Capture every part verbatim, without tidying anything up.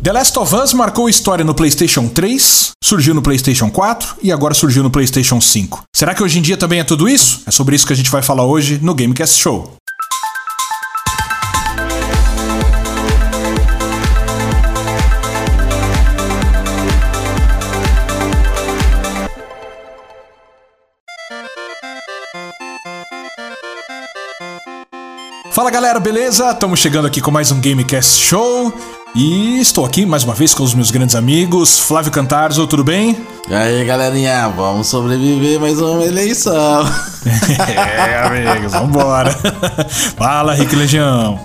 The Last of Us marcou história no PlayStation três, surgiu no PlayStation quatro e agora surgiu no PlayStation cinco. Será que hoje em dia também é tudo isso? É sobre isso que a gente vai falar hoje no Gamecast Show. Fala galera, beleza? Estamos chegando aqui com mais um Gamecast Show e estou aqui mais uma vez com os meus grandes amigos. Flávio Cantarzo, tudo bem? E aí galerinha, vamos sobreviver mais uma eleição. É, amigos, vambora. Fala, Rick Legião.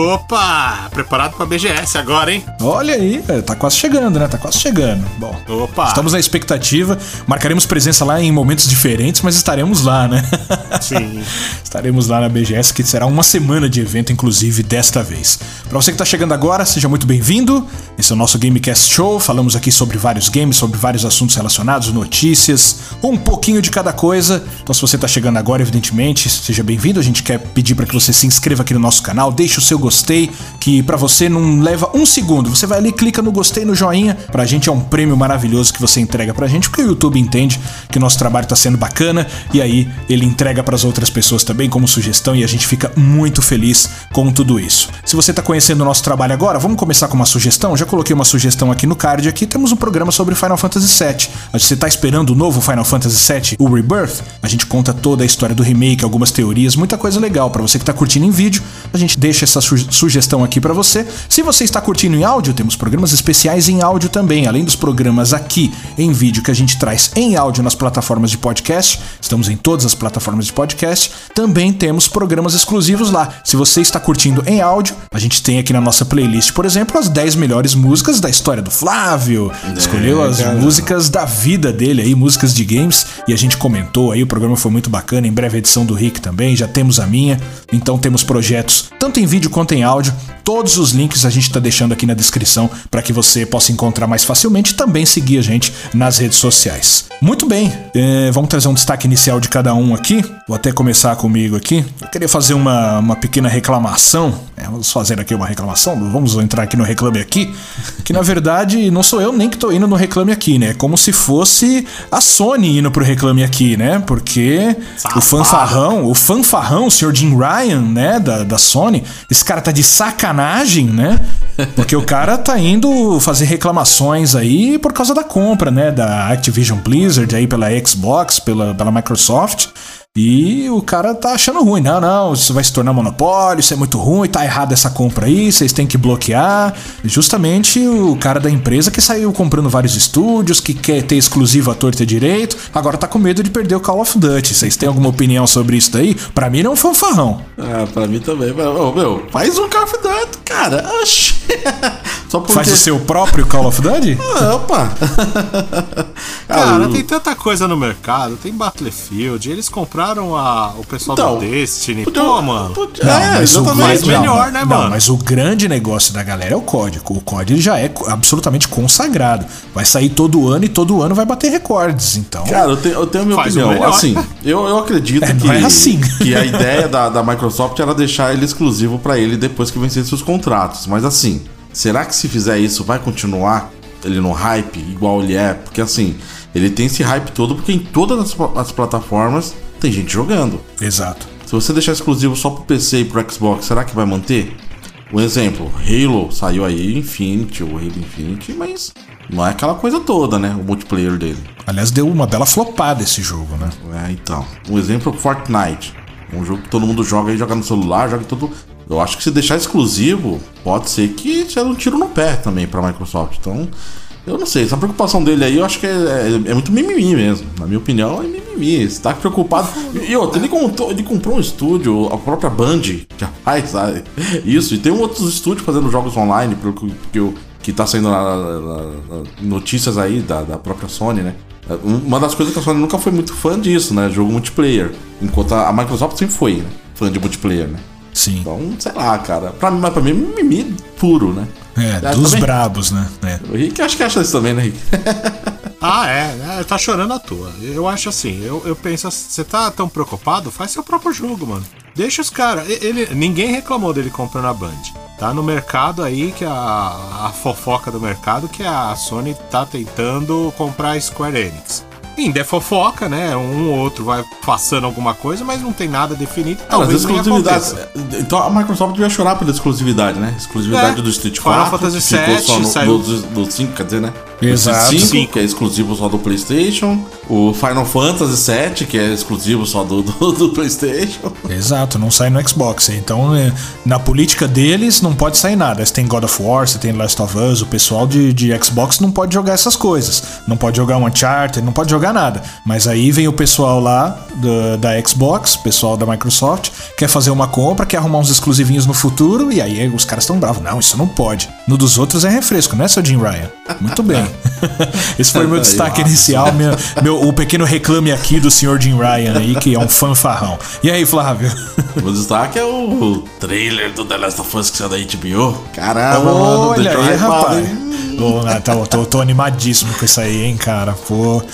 Opa, preparado pra B G S agora, hein? Olha aí, tá quase chegando, né? Tá quase chegando. Bom, Opa. Estamos na expectativa, marcaremos presença lá em momentos diferentes, mas estaremos lá, né? Sim. Estaremos lá na B G S, que será uma semana de evento, inclusive, desta vez. Pra você que tá chegando agora, seja muito bem-vindo. Esse é o nosso Gamecast Show, falamos aqui sobre vários games, sobre vários assuntos relacionados, notícias, um pouquinho de cada coisa. Então se você tá chegando agora, evidentemente, seja bem-vindo. A gente quer pedir para que você se inscreva aqui no nosso canal, deixe o seu gostei, que pra você não leva um segundo. Você vai ali, clica no gostei, no joinha. Pra gente é um prêmio maravilhoso que você entrega pra gente, porque o YouTube entende que o nosso trabalho tá sendo bacana e aí ele entrega pras outras pessoas também como sugestão e a gente fica muito feliz com tudo isso. Se você tá conhecendo o nosso trabalho agora, vamos começar com uma sugestão. Já coloquei uma sugestão aqui no card. Aqui temos um programa sobre Final Fantasy sete. Você tá esperando o novo Final Fantasy sete, o Rebirth? A gente conta toda a história do remake, algumas teorias, muita coisa legal. Pra você que tá curtindo em vídeo, a gente deixa essa su- sugestão aqui pra você. Se você está curtindo em áudio, temos programas especiais em áudio também. Além dos programas aqui em vídeo que a gente traz em áudio nas plataformas de podcast, estamos em todas as plataformas de podcast, também temos programas exclusivos lá. Se você está curtindo em áudio, a gente tem aqui na nossa playlist, por exemplo, as dez melhores músicas da história do Flávio. É, escolheu as cara. músicas da vida dele aí, músicas de games, e a gente comentou aí, o programa foi muito bacana. Em breve a edição do Rick também, já temos a minha. Então temos projetos tanto em vídeo quanto em áudio. Todos os links a gente está deixando aqui na descrição para que você possa encontrar mais facilmente e também seguir a gente nas redes sociais. Muito bem, é, vamos trazer um destaque inicial de cada um aqui. Vou até começar comigo aqui. Eu queria fazer uma, uma pequena reclamação. É, vamos fazer aqui uma reclamação. Vamos entrar aqui no Reclame Aqui. Que na verdade não sou eu nem que tô indo no Reclame Aqui, né? É como se fosse a Sony indo pro Reclame Aqui, né? Porque Safado. o fanfarrão, o fanfarrão, o senhor Jim Ryan, né? Da, da Sony, esse cara tá de sacanagem, né? Porque o cara tá indo fazer reclamações aí por causa da compra, né? Da Activision Blizzard aí pela Xbox, pela, pela Microsoft. E o cara tá achando ruim. Não, não, isso vai se tornar monopólio, isso é muito ruim, tá errado essa compra aí, vocês têm que bloquear. Justamente o cara da empresa que saiu comprando vários estúdios, que quer ter exclusivo à torta e direito, agora tá com medo de perder o Call of Duty. Vocês têm alguma opinião sobre isso daí? Pra mim não é um fanfarrão. Ah, pra mim também. Ô, meu, faz um Call of Duty, cara. Oxi. Só porque... Faz o seu próprio Call of Duty? Opa. Cara, tem tanta coisa no mercado, tem Battlefield, eles compraram A, o pessoal então, do Destiny. Podia, Pô, mano. Podia, não, é, mas o mais melhor, né, mano? Não, mas o grande negócio da galera é o código. O código já é absolutamente consagrado. Vai sair todo ano e todo ano vai bater recordes, então... Cara, eu tenho, eu tenho a minha Faz opinião. Assim, eu, eu acredito é, que, não é assim. que a ideia da, da Microsoft era deixar ele exclusivo pra ele depois que vencesse os contratos. Mas assim, será que se fizer isso vai continuar ele no hype igual ele é? Porque assim, ele tem esse hype todo porque em todas as, as plataformas tem gente jogando. Exato. Se você deixar exclusivo só pro P C e pro Xbox, será que vai manter? Um exemplo, Halo saiu aí, Infinity, o Halo Infinity, mas não é aquela coisa toda, né? O multiplayer dele. Aliás, deu uma bela flopada esse jogo, né? É, então. Um exemplo, Fortnite. Um jogo que todo mundo joga aí, joga no celular, joga todo... Eu acho que se deixar exclusivo, pode ser que seja um tiro no pé também pra Microsoft. Então... Eu não sei, essa preocupação dele aí eu acho que é, é, é muito mimimi mesmo. Na minha opinião, é mimimi. Você tá preocupado. E outra, ele, contou, ele comprou um estúdio, a própria Band já faz, sabe? Isso, e tem outros estúdios fazendo jogos online, que, que, que tá saindo na, na, na, notícias aí da, da própria Sony, né? Uma das coisas que a Sony nunca foi muito fã disso, né? Jogo multiplayer. Enquanto a Microsoft sempre foi, né? Fã de multiplayer, né? Sim. Então, sei lá, cara. Pra mim, pra mim é mimimi puro, né? É, é dos também? Brabos, né? É. O Rick acho que acha isso também, né, Rick? Ah, é, é, tá chorando à toa. Eu acho assim, eu, eu penso, você tá tão preocupado, faz seu próprio jogo, mano. Deixa os caras. Ele, ninguém reclamou dele comprando a Band. Tá no mercado aí, que a, a fofoca do mercado, que a Sony tá tentando comprar a Square Enix. Ainda é fofoca, né? Um ou outro vai passando alguma coisa, mas não tem nada definido. Talvez nem aconteça. Então a Microsoft devia chorar pela exclusividade, né? Exclusividade é. do Street quatro. Final Fantasy sete, só no, saiu... do, do cinco, quer dizer, né? Exato. O cinco, que é exclusivo só do PlayStation. O Final Fantasy sete, que é exclusivo só do, do, do PlayStation. Exato, não sai no Xbox. Então, na política deles, não pode sair nada. Você tem God of War, você tem Last of Us, o pessoal de, de Xbox não pode jogar essas coisas. Não pode jogar um Uncharted, não pode jogar nada. Mas aí vem o pessoal lá da, da Xbox, o pessoal da Microsoft, quer fazer uma compra, quer arrumar uns exclusivinhos no futuro, e aí os caras estão bravos. Não, isso não pode. No dos outros é refresco, né, seu Jim Ryan? Muito bem. Esse foi o meu destaque inicial, meu, meu, o pequeno reclame aqui do senhor Jim Ryan aí, que é um fanfarrão. E aí, Flávio? O meu destaque é o trailer do The Last of Us que saiu da H B O. Caramba, olha mano, aí, rapaz. Oh, tô, tô, tô animadíssimo com isso aí, hein, cara. Pô,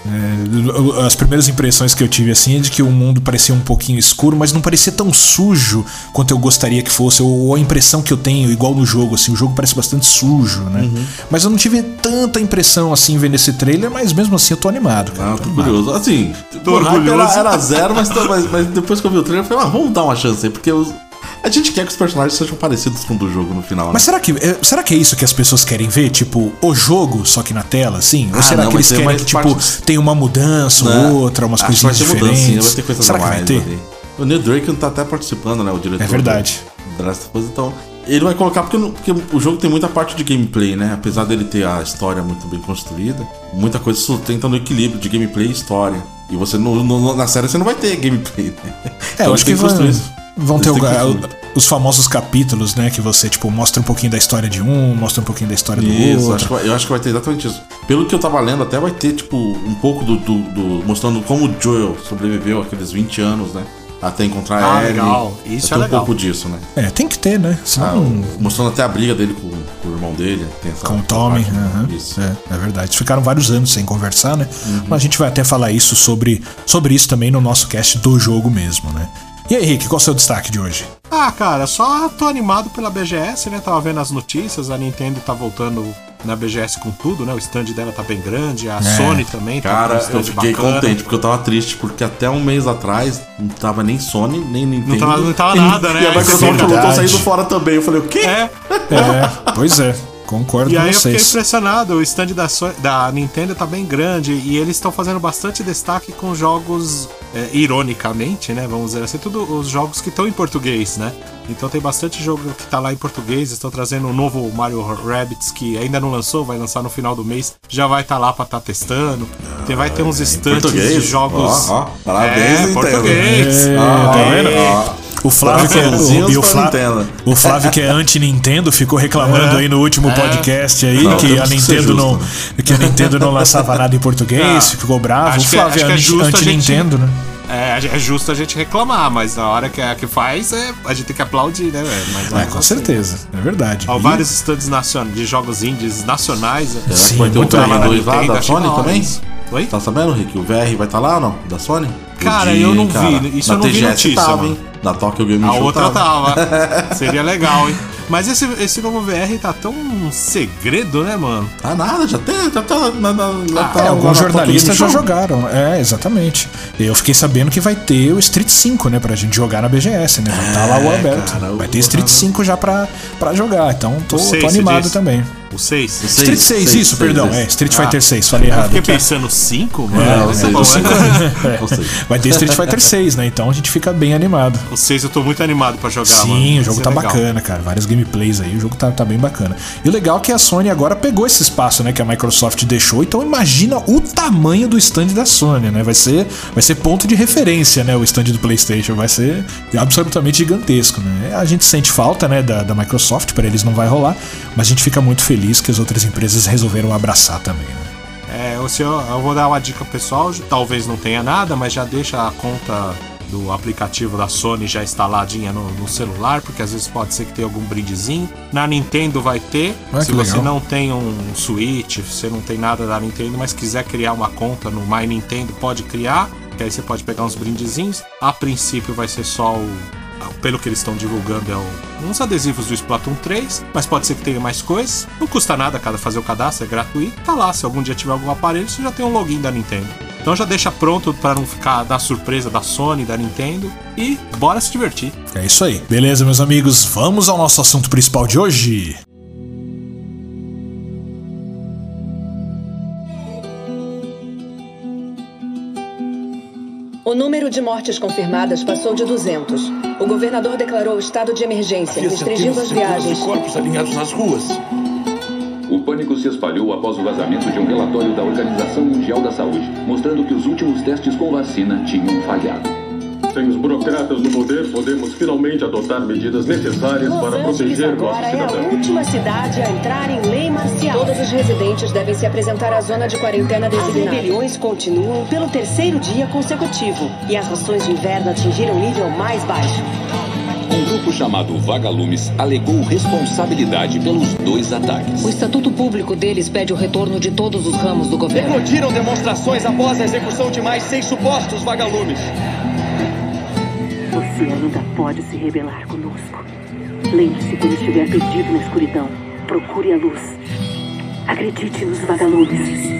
é, as primeiras impressões que eu tive assim é de que o mundo parecia um pouquinho escuro, mas não parecia tão sujo quanto eu gostaria que fosse, ou a impressão que eu tenho, igual no jogo, assim, o jogo parece bastante sujo, né? Uhum. Mas eu não tive tanta impressão assim vendo esse trailer, mas mesmo assim eu tô animado, cara. Ah, tô, tô curioso. Assim, tô orgulhoso. Era, era zero, mas, tô, mas, mas depois que eu vi o trailer, eu falei, ah, vamos dar uma chance aí, porque os. A gente quer que os personagens sejam parecidos com o do jogo no final, né? Mas será que, será que é isso que as pessoas querem ver? Tipo, o jogo, só que na tela, assim? Ou ah, será não, que eles querem que, tipo, parte... tem uma mudança ou outra, umas Acho coisinhas diferentes? Mudança, vai ter coisas será mais que vai ter? Ali. O Neil Druckmann tá até participando, né? O diretor. É verdade. Do, dessa coisa, então... Ele vai colocar, porque, porque o jogo tem muita parte de gameplay, né? Apesar dele ter a história muito bem construída, muita coisa sustenta no equilíbrio de gameplay e história. E você, no, no, na série, você não vai ter gameplay, né? É, então, eu acho que vão, vão ter o, os famosos capítulos, né? Que você, tipo, mostra um pouquinho da história de um, mostra um pouquinho da história do isso, outro. Acho que, eu acho que vai ter exatamente isso. Pelo que eu tava lendo, até vai ter, tipo, um pouco do... do, do mostrando como o Joel sobreviveu aqueles vinte anos, né? Até encontrar ah, ele. legal. Isso é um legal. pouco disso, né? É, tem que ter, né? Senão... Ah, mostrando até a briga dele com, com o irmão dele. Tem essa, com o Tommy. Parte, né? Isso. É, é verdade. Eles ficaram vários anos sem conversar, né? Uhum. Mas a gente vai até falar isso sobre, sobre isso também no nosso cast do jogo mesmo, né? E aí, Rick, qual é o seu destaque de hoje? Ah, cara, só tô animado pela B G S, né? Tava vendo as notícias, a Nintendo tá voltando na B G S com tudo, né? O stand dela tá bem grande, a é. Sony também tá cara, com um stand eu fiquei bacana. contente, porque eu tava triste, porque até um mês atrás não tava nem Sony, nem Nintendo. Não tava, não tava nada, né? E a Microsoft lutou saindo fora também. Eu falei, o quê? É, é pois é. Concordo e com aí vocês. Eu fiquei impressionado, o stand da, so- da Nintendo tá bem grande e eles estão fazendo bastante destaque com jogos, é, ironicamente, né, vamos dizer assim, todos os jogos que estão em português, né? Então tem bastante jogo que tá lá em português, estão trazendo um novo Mario Rabbids que ainda não lançou, vai lançar no final do mês, já vai estar tá lá pra estar tá testando. Tem, vai ter uns stands de jogos... Ó, ó, parabéns, é, português. É, ah, tá vendo? Ó. O Flávio, que é, o, e o, Flávio, o Flávio que é anti-Nintendo ficou reclamando é, aí no último é. podcast aí não, que, a Nintendo não, que a Nintendo não lançava nada em português, ah, ficou bravo. O Flávio é, é anti-Nintendo, né? É, é justo a gente reclamar, mas na hora que, que faz, é, a gente tem que aplaudir, né, velho? Mas, é, com assim, certeza, é verdade. Há vários stands nacion... de jogos indies nacionais. É, sim, vai ter muito legal. dois lá da Sony também? Oi? Tá sabendo, Rick? O V R vai estar tá lá ou não? Da Sony? Cara, dia, eu não cara, vi. Isso eu não T G S vi notícia, tava, mano. Hein? Na Tokyo Game A Show outra tava. tava. Seria legal, hein? Mas esse, esse novo V R tá tão segredo, né, mano? Ah, nada, já tem. Já tá, na, na, ah, tá é, alguns jornalistas já jogaram. É, exatamente. Eu fiquei sabendo que vai ter o Street cinco, né, pra gente jogar na B G S, né? Vai estar é, tá lá o aberto. Cara, vai ter Street cinco já pra, pra jogar. Então tô, seis, tô animado também. O seis? O Street seis, seis, isso, seis, perdão. seis. É, Street ah, Fighter seis, falei errado. Eu fiquei pensando cinco, mano. É, o seis, bom, o cinco, é. Vai ter Street Fighter seis, né? Então a gente fica bem animado. O seis eu tô muito animado pra jogar, Sim, mano. Sim, o jogo tá legal. Bacana, cara. Vários gameplays aí, o jogo tá, tá bem bacana. E o legal é que a Sony agora pegou esse espaço, né, que a Microsoft deixou. Então imagina o tamanho do stand da Sony, né? Vai ser, vai ser ponto de referência, né? O stand do PlayStation vai ser absolutamente gigantesco, né? A gente sente falta, né, da, da Microsoft, para eles não vai rolar, mas a gente fica muito feliz que as outras empresas resolveram abraçar também, né? É, o senhor, eu vou dar uma dica pessoal, talvez não tenha nada, mas já deixa a conta do aplicativo da Sony já instaladinha no, no celular, porque às vezes pode ser que tenha algum brindezinho. Na Nintendo vai ter. Ah, se você legal. Não tem um Switch, você não tem nada da Nintendo, mas quiser criar uma conta no My Nintendo, pode criar, que aí você pode pegar uns brindezinhos. A princípio vai ser só o, pelo que eles estão divulgando, é o, uns adesivos do Splatoon três, mas pode ser que tenha mais coisas. Não custa nada cada fazer o cadastro, é gratuito. Tá lá, se algum dia tiver algum aparelho, você já tem um login da Nintendo. Então já deixa pronto para não ficar da surpresa da Sony, da Nintendo, e bora se divertir. É isso aí. Beleza, meus amigos, vamos ao nosso assunto principal de hoje. O número de mortes confirmadas passou de duzentos. O governador declarou estado de emergência, restringindo as viagens. Corpos alinhados nas ruas. O pânico se espalhou após o vazamento de um relatório da Organização Mundial da Saúde, mostrando que os últimos testes com vacina tinham falhado. Sem os burocratas no poder, podemos finalmente adotar medidas necessárias Los para Angeles proteger agora nossos é a cidadãos. última cidade a entrar em lei marcial. Todos os residentes devem se apresentar à zona de quarentena As designada. rebeliões continuam pelo terceiro dia consecutivo e as rações de inverno atingiram o nível mais baixo. Um grupo chamado Vagalumes alegou responsabilidade pelos dois ataques. O estatuto público deles pede o retorno de todos os ramos do governo. Eclodiram demonstrações após a execução de mais seis supostos vagalumes. Você ainda pode se rebelar conosco. Lembre-se quando estiver perdido na escuridão. Procure a luz. Acredite nos vagalumes.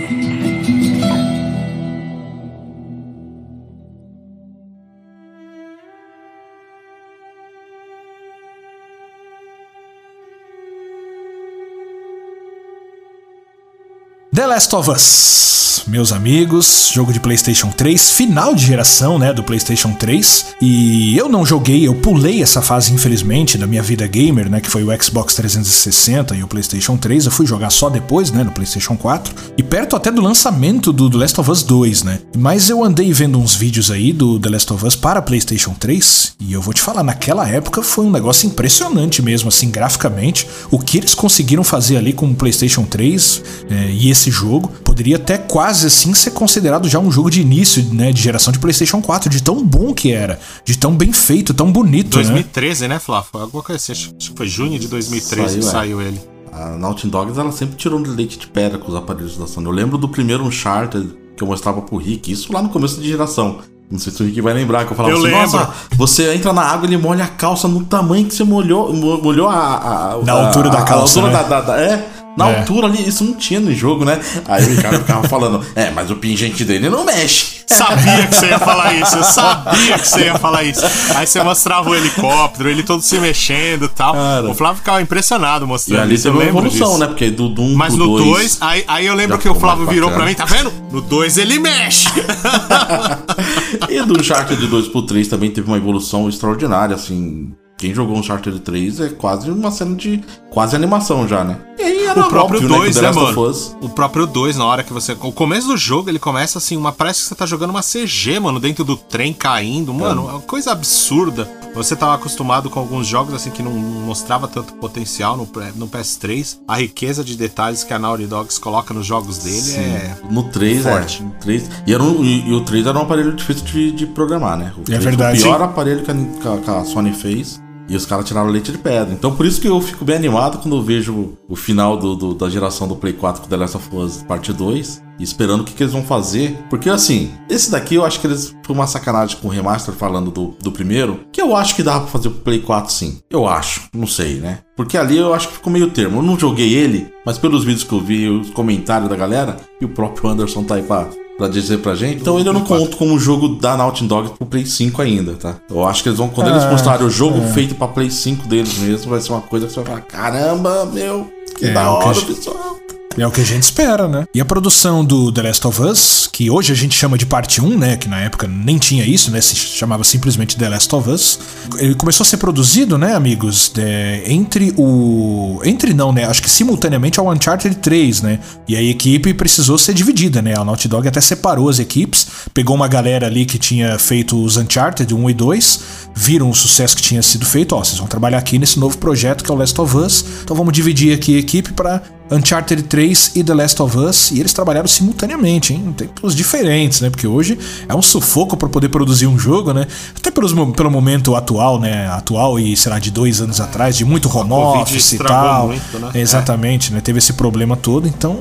The Last of Us, meus amigos, jogo de PlayStation três, final de geração, né, do PlayStation três, e eu não joguei, eu pulei essa fase, infelizmente, da minha vida gamer, né, que foi o Xbox trezentos e sessenta e o PlayStation três, eu fui jogar só depois, né, no PlayStation quatro, e perto até do lançamento do The Last of Us dois, né, mas eu andei vendo uns vídeos aí do The Last of Us para PlayStation três, e eu vou te falar, naquela época foi um negócio impressionante mesmo, assim, graficamente, o que eles conseguiram fazer ali com o PlayStation três é, e esse jogo, poderia até quase assim ser considerado já um jogo de início, né, de geração de PlayStation quatro, de tão bom que era, de tão bem feito, tão bonito, dois mil e treze, né, né Flávio? Foi alguma coisa assim, acho que foi junho de dois mil e treze que Saiu, é. saiu ele. A Naughty Dogs, ela sempre tirou de leite de pedra com os aparelhos da Sony. Eu lembro do primeiro Uncharted que eu mostrava pro Rick, isso lá no começo de geração. Não sei se o Rick vai lembrar, que eu falava eu assim, lembro. nossa, você entra na água e ele molha a calça no tamanho que você molhou, molhou a... a Na a, altura a, da calça, a altura né? da, da, da, é... Na É. altura ali, isso não tinha no jogo, né? Aí o Ricardo ficava falando, é, mas o pingente dele não mexe. Sabia que você ia falar isso, eu sabia que você ia falar isso. Aí você mostrava o helicóptero, ele todo se mexendo e tal. Cara. O Flávio ficava impressionado E mostrando ali isso, eu teve uma lembro evolução, disso. né? Porque do, do um Mas pro no dois... dois, aí, aí eu lembro já que o ficou Flávio mais virou bacana. pra mim, tá vendo? No dois ele mexe. E do Uncharted de dois pro três também teve uma evolução extraordinária, assim... Quem jogou Uncharted três é quase uma cena de... Quase animação já, né? E aí era O próprio óbvio, dois, né, né, que o The Last mano? of Us- O próprio dois, na hora que você... O começo do jogo, ele começa assim, uma parece que você tá jogando uma C G, mano, dentro do trem caindo. Mano, é uma coisa absurda. Você tava acostumado com alguns jogos, assim, que não mostrava tanto potencial no, no P S três. A riqueza de detalhes que a Naughty Dogs coloca nos jogos dele Sim. é... No três, forte. é. No três, e, era um, e, e o três era um aparelho difícil de, de programar, né? O três verdade. Foi o pior aparelho que a, que a- que a Sony fez. E os caras tiraram leite de pedra. Então por isso que eu fico bem animado quando eu vejo o final do, do- da geração do Play quatro com The Last of Us parte dois. E esperando o que, que eles vão fazer. Porque assim, esse daqui eu acho que eles foi uma sacanagem com o remaster falando do, do primeiro. Que eu acho que dá pra fazer pro Play quatro sim. Eu acho. Não sei, né? Porque ali eu acho que ficou meio termo. Eu não joguei ele, mas pelos vídeos que eu vi, os comentários da galera, e o próprio Anderson tá aí pra... Pra dizer pra gente. Então ele eu não conto como jogo da Naughty Dog pro Play cinco ainda, tá? Eu acho que eles vão, quando eles Ah, mostrarem o jogo é. feito pra Play cinco deles mesmo, vai ser uma coisa que você vai falar, caramba, meu, que É, da o que hora, a gente- pessoal. É o que a gente espera, né? E a produção do The Last of Us, que hoje a gente chama de parte um, né? Que na época nem tinha isso, né? Se chamava simplesmente The Last of Us. Ele começou a ser produzido, né, amigos? É, entre o... Entre não, né? Acho que simultaneamente ao Uncharted três, né? E a equipe precisou ser dividida, né? A Naughty Dog até separou as equipes, pegou uma galera ali que tinha feito os Uncharted um e dois, viram o sucesso que tinha sido feito. Ó, vocês vão trabalhar aqui nesse novo projeto que é o Last of Us. Então vamos dividir aqui a equipe pra Uncharted três e The Last of Us, e eles trabalharam simultaneamente, em tempos diferentes, né? Porque hoje é um sufoco para poder produzir um jogo, né? Até pelos, pelo momento atual, né? Atual e, sei lá, de dois anos atrás, de muito home Covid office e estragou tal. muito, né? Exatamente, né? Teve esse problema todo, então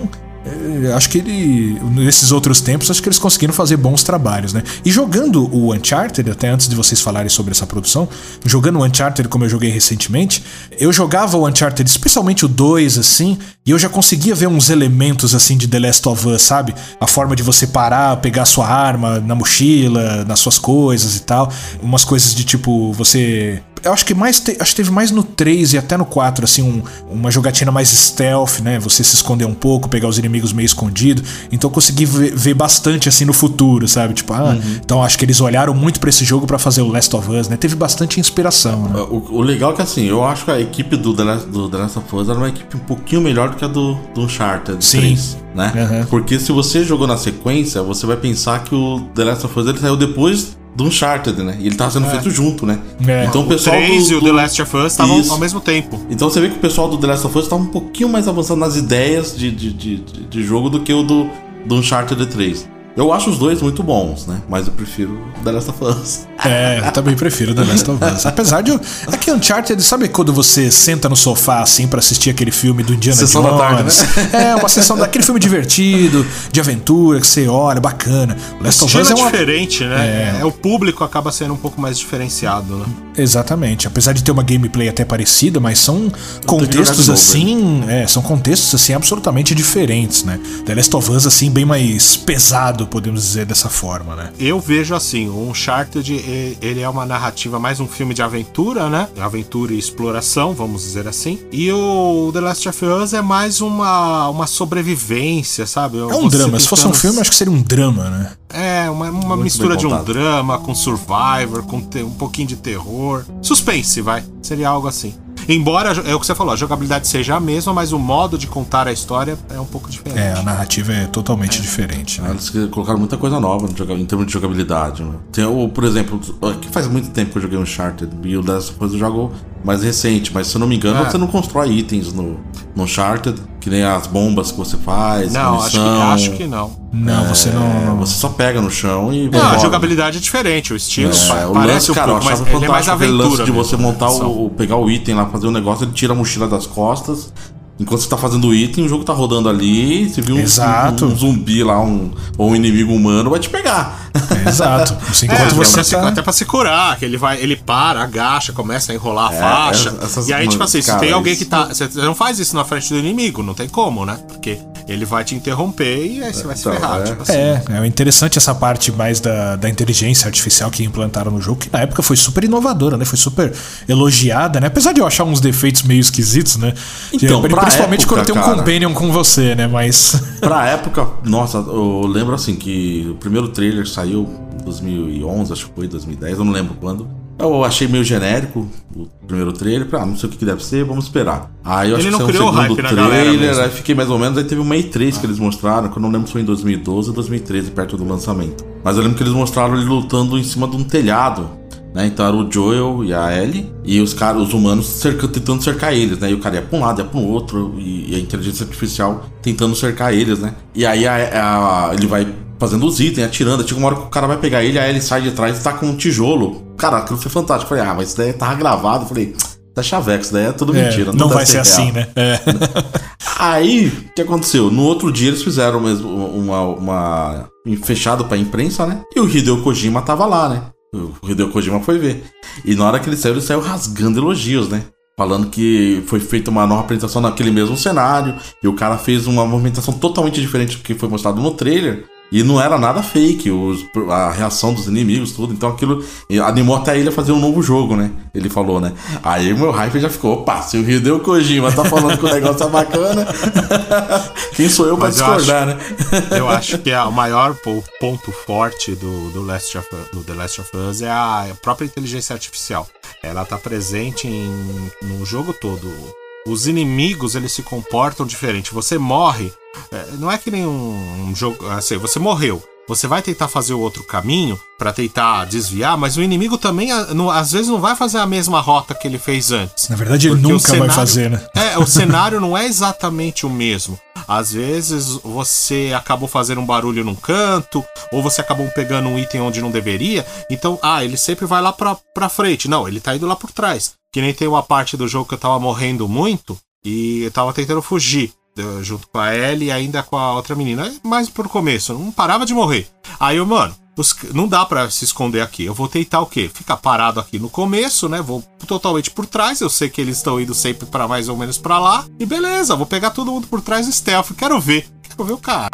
é, acho que ele, nesses outros tempos, acho que eles conseguiram fazer bons trabalhos, né? E jogando o Uncharted, até antes de vocês falarem sobre essa produção, jogando o Uncharted como eu joguei recentemente, eu jogava o Uncharted, especialmente o dois, assim, e eu já conseguia ver uns elementos, assim, de The Last of Us, sabe? A forma de você parar, pegar sua arma na mochila, nas suas coisas e tal. Umas coisas de tipo, você... Eu acho que mais te... acho que teve mais no três e até no quatro, assim, um, uma jogatina mais stealth, né? Você se esconder um pouco, pegar os inimigos meio escondido. Então eu consegui ver, ver bastante, assim, no futuro, sabe? Tipo, ah, uhum. Então acho que eles olharam muito pra esse jogo pra fazer o Last of Us, né? Teve bastante inspiração, né? O, o legal é que, assim, eu acho que a equipe do The Last, do The Last of Us era uma equipe um pouquinho melhor do que a do, do Uncharted três, né? Uhum. Porque se você jogou na sequência, você vai pensar que o The Last of Us ele saiu depois do Uncharted, né? E ele tava sendo é. feito junto, né? É. Então o pessoal o três do, e o do... The Last of Us estavam ao mesmo tempo. Então você vê que o pessoal do The Last of Us tava um pouquinho mais avançado nas ideias de, de, de, de jogo do que o do, do Uncharted três. Eu acho os dois muito bons, né? Mas eu prefiro The Last of Us. É, eu também prefiro The Last of Us. Apesar de... É que Uncharted, sabe quando você senta no sofá, assim, pra assistir aquele filme do Indiana Jones? Sessão da tarde, né? É, uma sessão daquele filme divertido, de aventura, que você olha, bacana. O Last of Us é uma... diferente, né? É. é. O público acaba sendo um pouco mais diferenciado, né? Exatamente. Apesar de ter uma gameplay até parecida, mas são contextos assim... É, são contextos, assim, absolutamente diferentes, né? The Last of Us, assim, bem mais pesado, podemos dizer dessa forma, né? Eu vejo assim, o Uncharted, ele é uma narrativa, mais um filme de aventura, né? Aventura e exploração, vamos dizer assim. E o The Last of Us é mais uma, uma sobrevivência, sabe? É um Você drama. Se fosse um filme, acho que seria um drama, né? É, uma, uma mistura de um drama com Survivor, com te, um pouquinho de terror. Suspense, vai. Seria algo assim. Embora, é o que você falou, a jogabilidade seja a mesma, mas o modo de contar a história é um pouco diferente. É, a narrativa é totalmente é. diferente. Né? Eles colocaram muita coisa nova em termos de jogabilidade. Né? Tem o, por exemplo, que faz muito tempo que eu joguei Uncharted e o dessa coisa eu jogo mais recente, mas se eu não me engano, é. você não constrói itens no, no Uncharted, que nem as bombas que você faz. Não, acho que, acho que não. Não, é, você não. Você só pega no chão e. Não, a jogabilidade é diferente, o estilo é, o parece lance, um cara, pouco, mas ele é mais aventura. O lance de você mesmo, montar o, pegar o item lá, fazer o um negócio, ele tira a mochila das costas. Enquanto você tá fazendo o item, o jogo tá rodando ali, você viu um, um, um zumbi lá, um, ou um inimigo humano, vai te pegar. É, exato. Assim, enquanto é, você tá... até pra se curar, que ele vai, ele para, agacha, começa a enrolar a é, faixa. Essas, e aí, tipo assim, se tem alguém isso... que tá. Você não faz isso na frente do inimigo, não tem como, né? Porque ele vai te interromper e aí você vai se então, ferrar. É. Tipo assim. é, é interessante essa parte mais da, da inteligência artificial que implantaram no jogo, que na época foi super inovadora, né? Foi super elogiada, né? Apesar de eu achar uns defeitos meio esquisitos, né? Então, principalmente época, quando tem um cara, companion com você, né? Mas. Pra época, nossa, eu lembro assim que o primeiro trailer saiu em dois mil e onze, acho que foi, dois mil e dez, eu não lembro quando. Eu achei meio genérico o primeiro trailer, ah, não sei o que deve ser, vamos esperar. Aí eu Ele acho não que criou saiu o segundo trailer, aí fiquei mais ou menos, aí teve uma E três ah. que eles mostraram, que eu não lembro se foi em dois mil e doze ou dois mil e treze, perto do lançamento. Mas eu lembro que eles mostraram ele lutando em cima de um telhado, né? Então era o Joel e a Ellie, e os caras, os humanos cerca, tentando cercar eles, né? E o cara ia pra um lado, ia pra um outro, e, e a inteligência artificial tentando cercar eles, né? E aí a, a, ele vai fazendo os itens, atirando. Chega uma hora que o cara vai pegar ele, aí ele sai de trás e tá com um tijolo. Cara, aquilo foi fantástico. Eu falei, ah, mas isso daí tava gravado. Eu falei, tá chaveco, isso daí é tudo é, mentira. Não, não vai ser real. Assim, né? É. Aí, o que aconteceu? No outro dia eles fizeram mesmo uma, uma fechado pra imprensa, né? E o Hideo Kojima tava lá, né? O Hideo Kojima foi ver. E na hora que ele saiu, ele saiu rasgando elogios, né? Falando que foi feita uma nova apresentação naquele mesmo cenário. E o cara fez uma movimentação totalmente diferente do que foi mostrado no trailer. E não era nada fake, os, a reação dos inimigos, tudo. Então aquilo animou até ele a fazer um novo jogo, né? Ele falou, né? Aí o meu hype já ficou, opa, se o Hideo Kojima tá falando que o negócio é bacana, quem sou eu pra Mas discordar, eu acho, né? Eu acho que a, o maior o ponto forte do, do, Last of, do The Last of Us é a própria inteligência artificial. Ela tá presente em, no jogo todo. Os inimigos, eles se comportam diferente. Você morre, não é que nem um, um jogo assim, você morreu. Você vai tentar fazer o outro caminho pra tentar desviar, mas o inimigo também, às vezes, não vai fazer a mesma rota que ele fez antes. Na verdade, ele nunca cenário, vai fazer, né? É, o cenário não é exatamente o mesmo. Às vezes, você acabou fazendo um barulho num canto, ou você acabou pegando um item onde não deveria. Então, ah, ele sempre vai lá pra, pra frente. Não, ele tá indo lá por trás. Que nem tem uma parte do jogo que eu tava morrendo muito e eu tava tentando fugir. junto com a Ellie e ainda com a outra menina. Mas pro começo, não parava de morrer. Aí eu, mano, os, não dá pra se esconder aqui. Eu vou tentar o quê? Ficar parado aqui no começo, né? Vou totalmente por trás. Eu sei que eles estão indo sempre pra mais ou menos pra lá. E beleza, vou pegar todo mundo por trás do stealth. Quero ver. Quero ver o cara.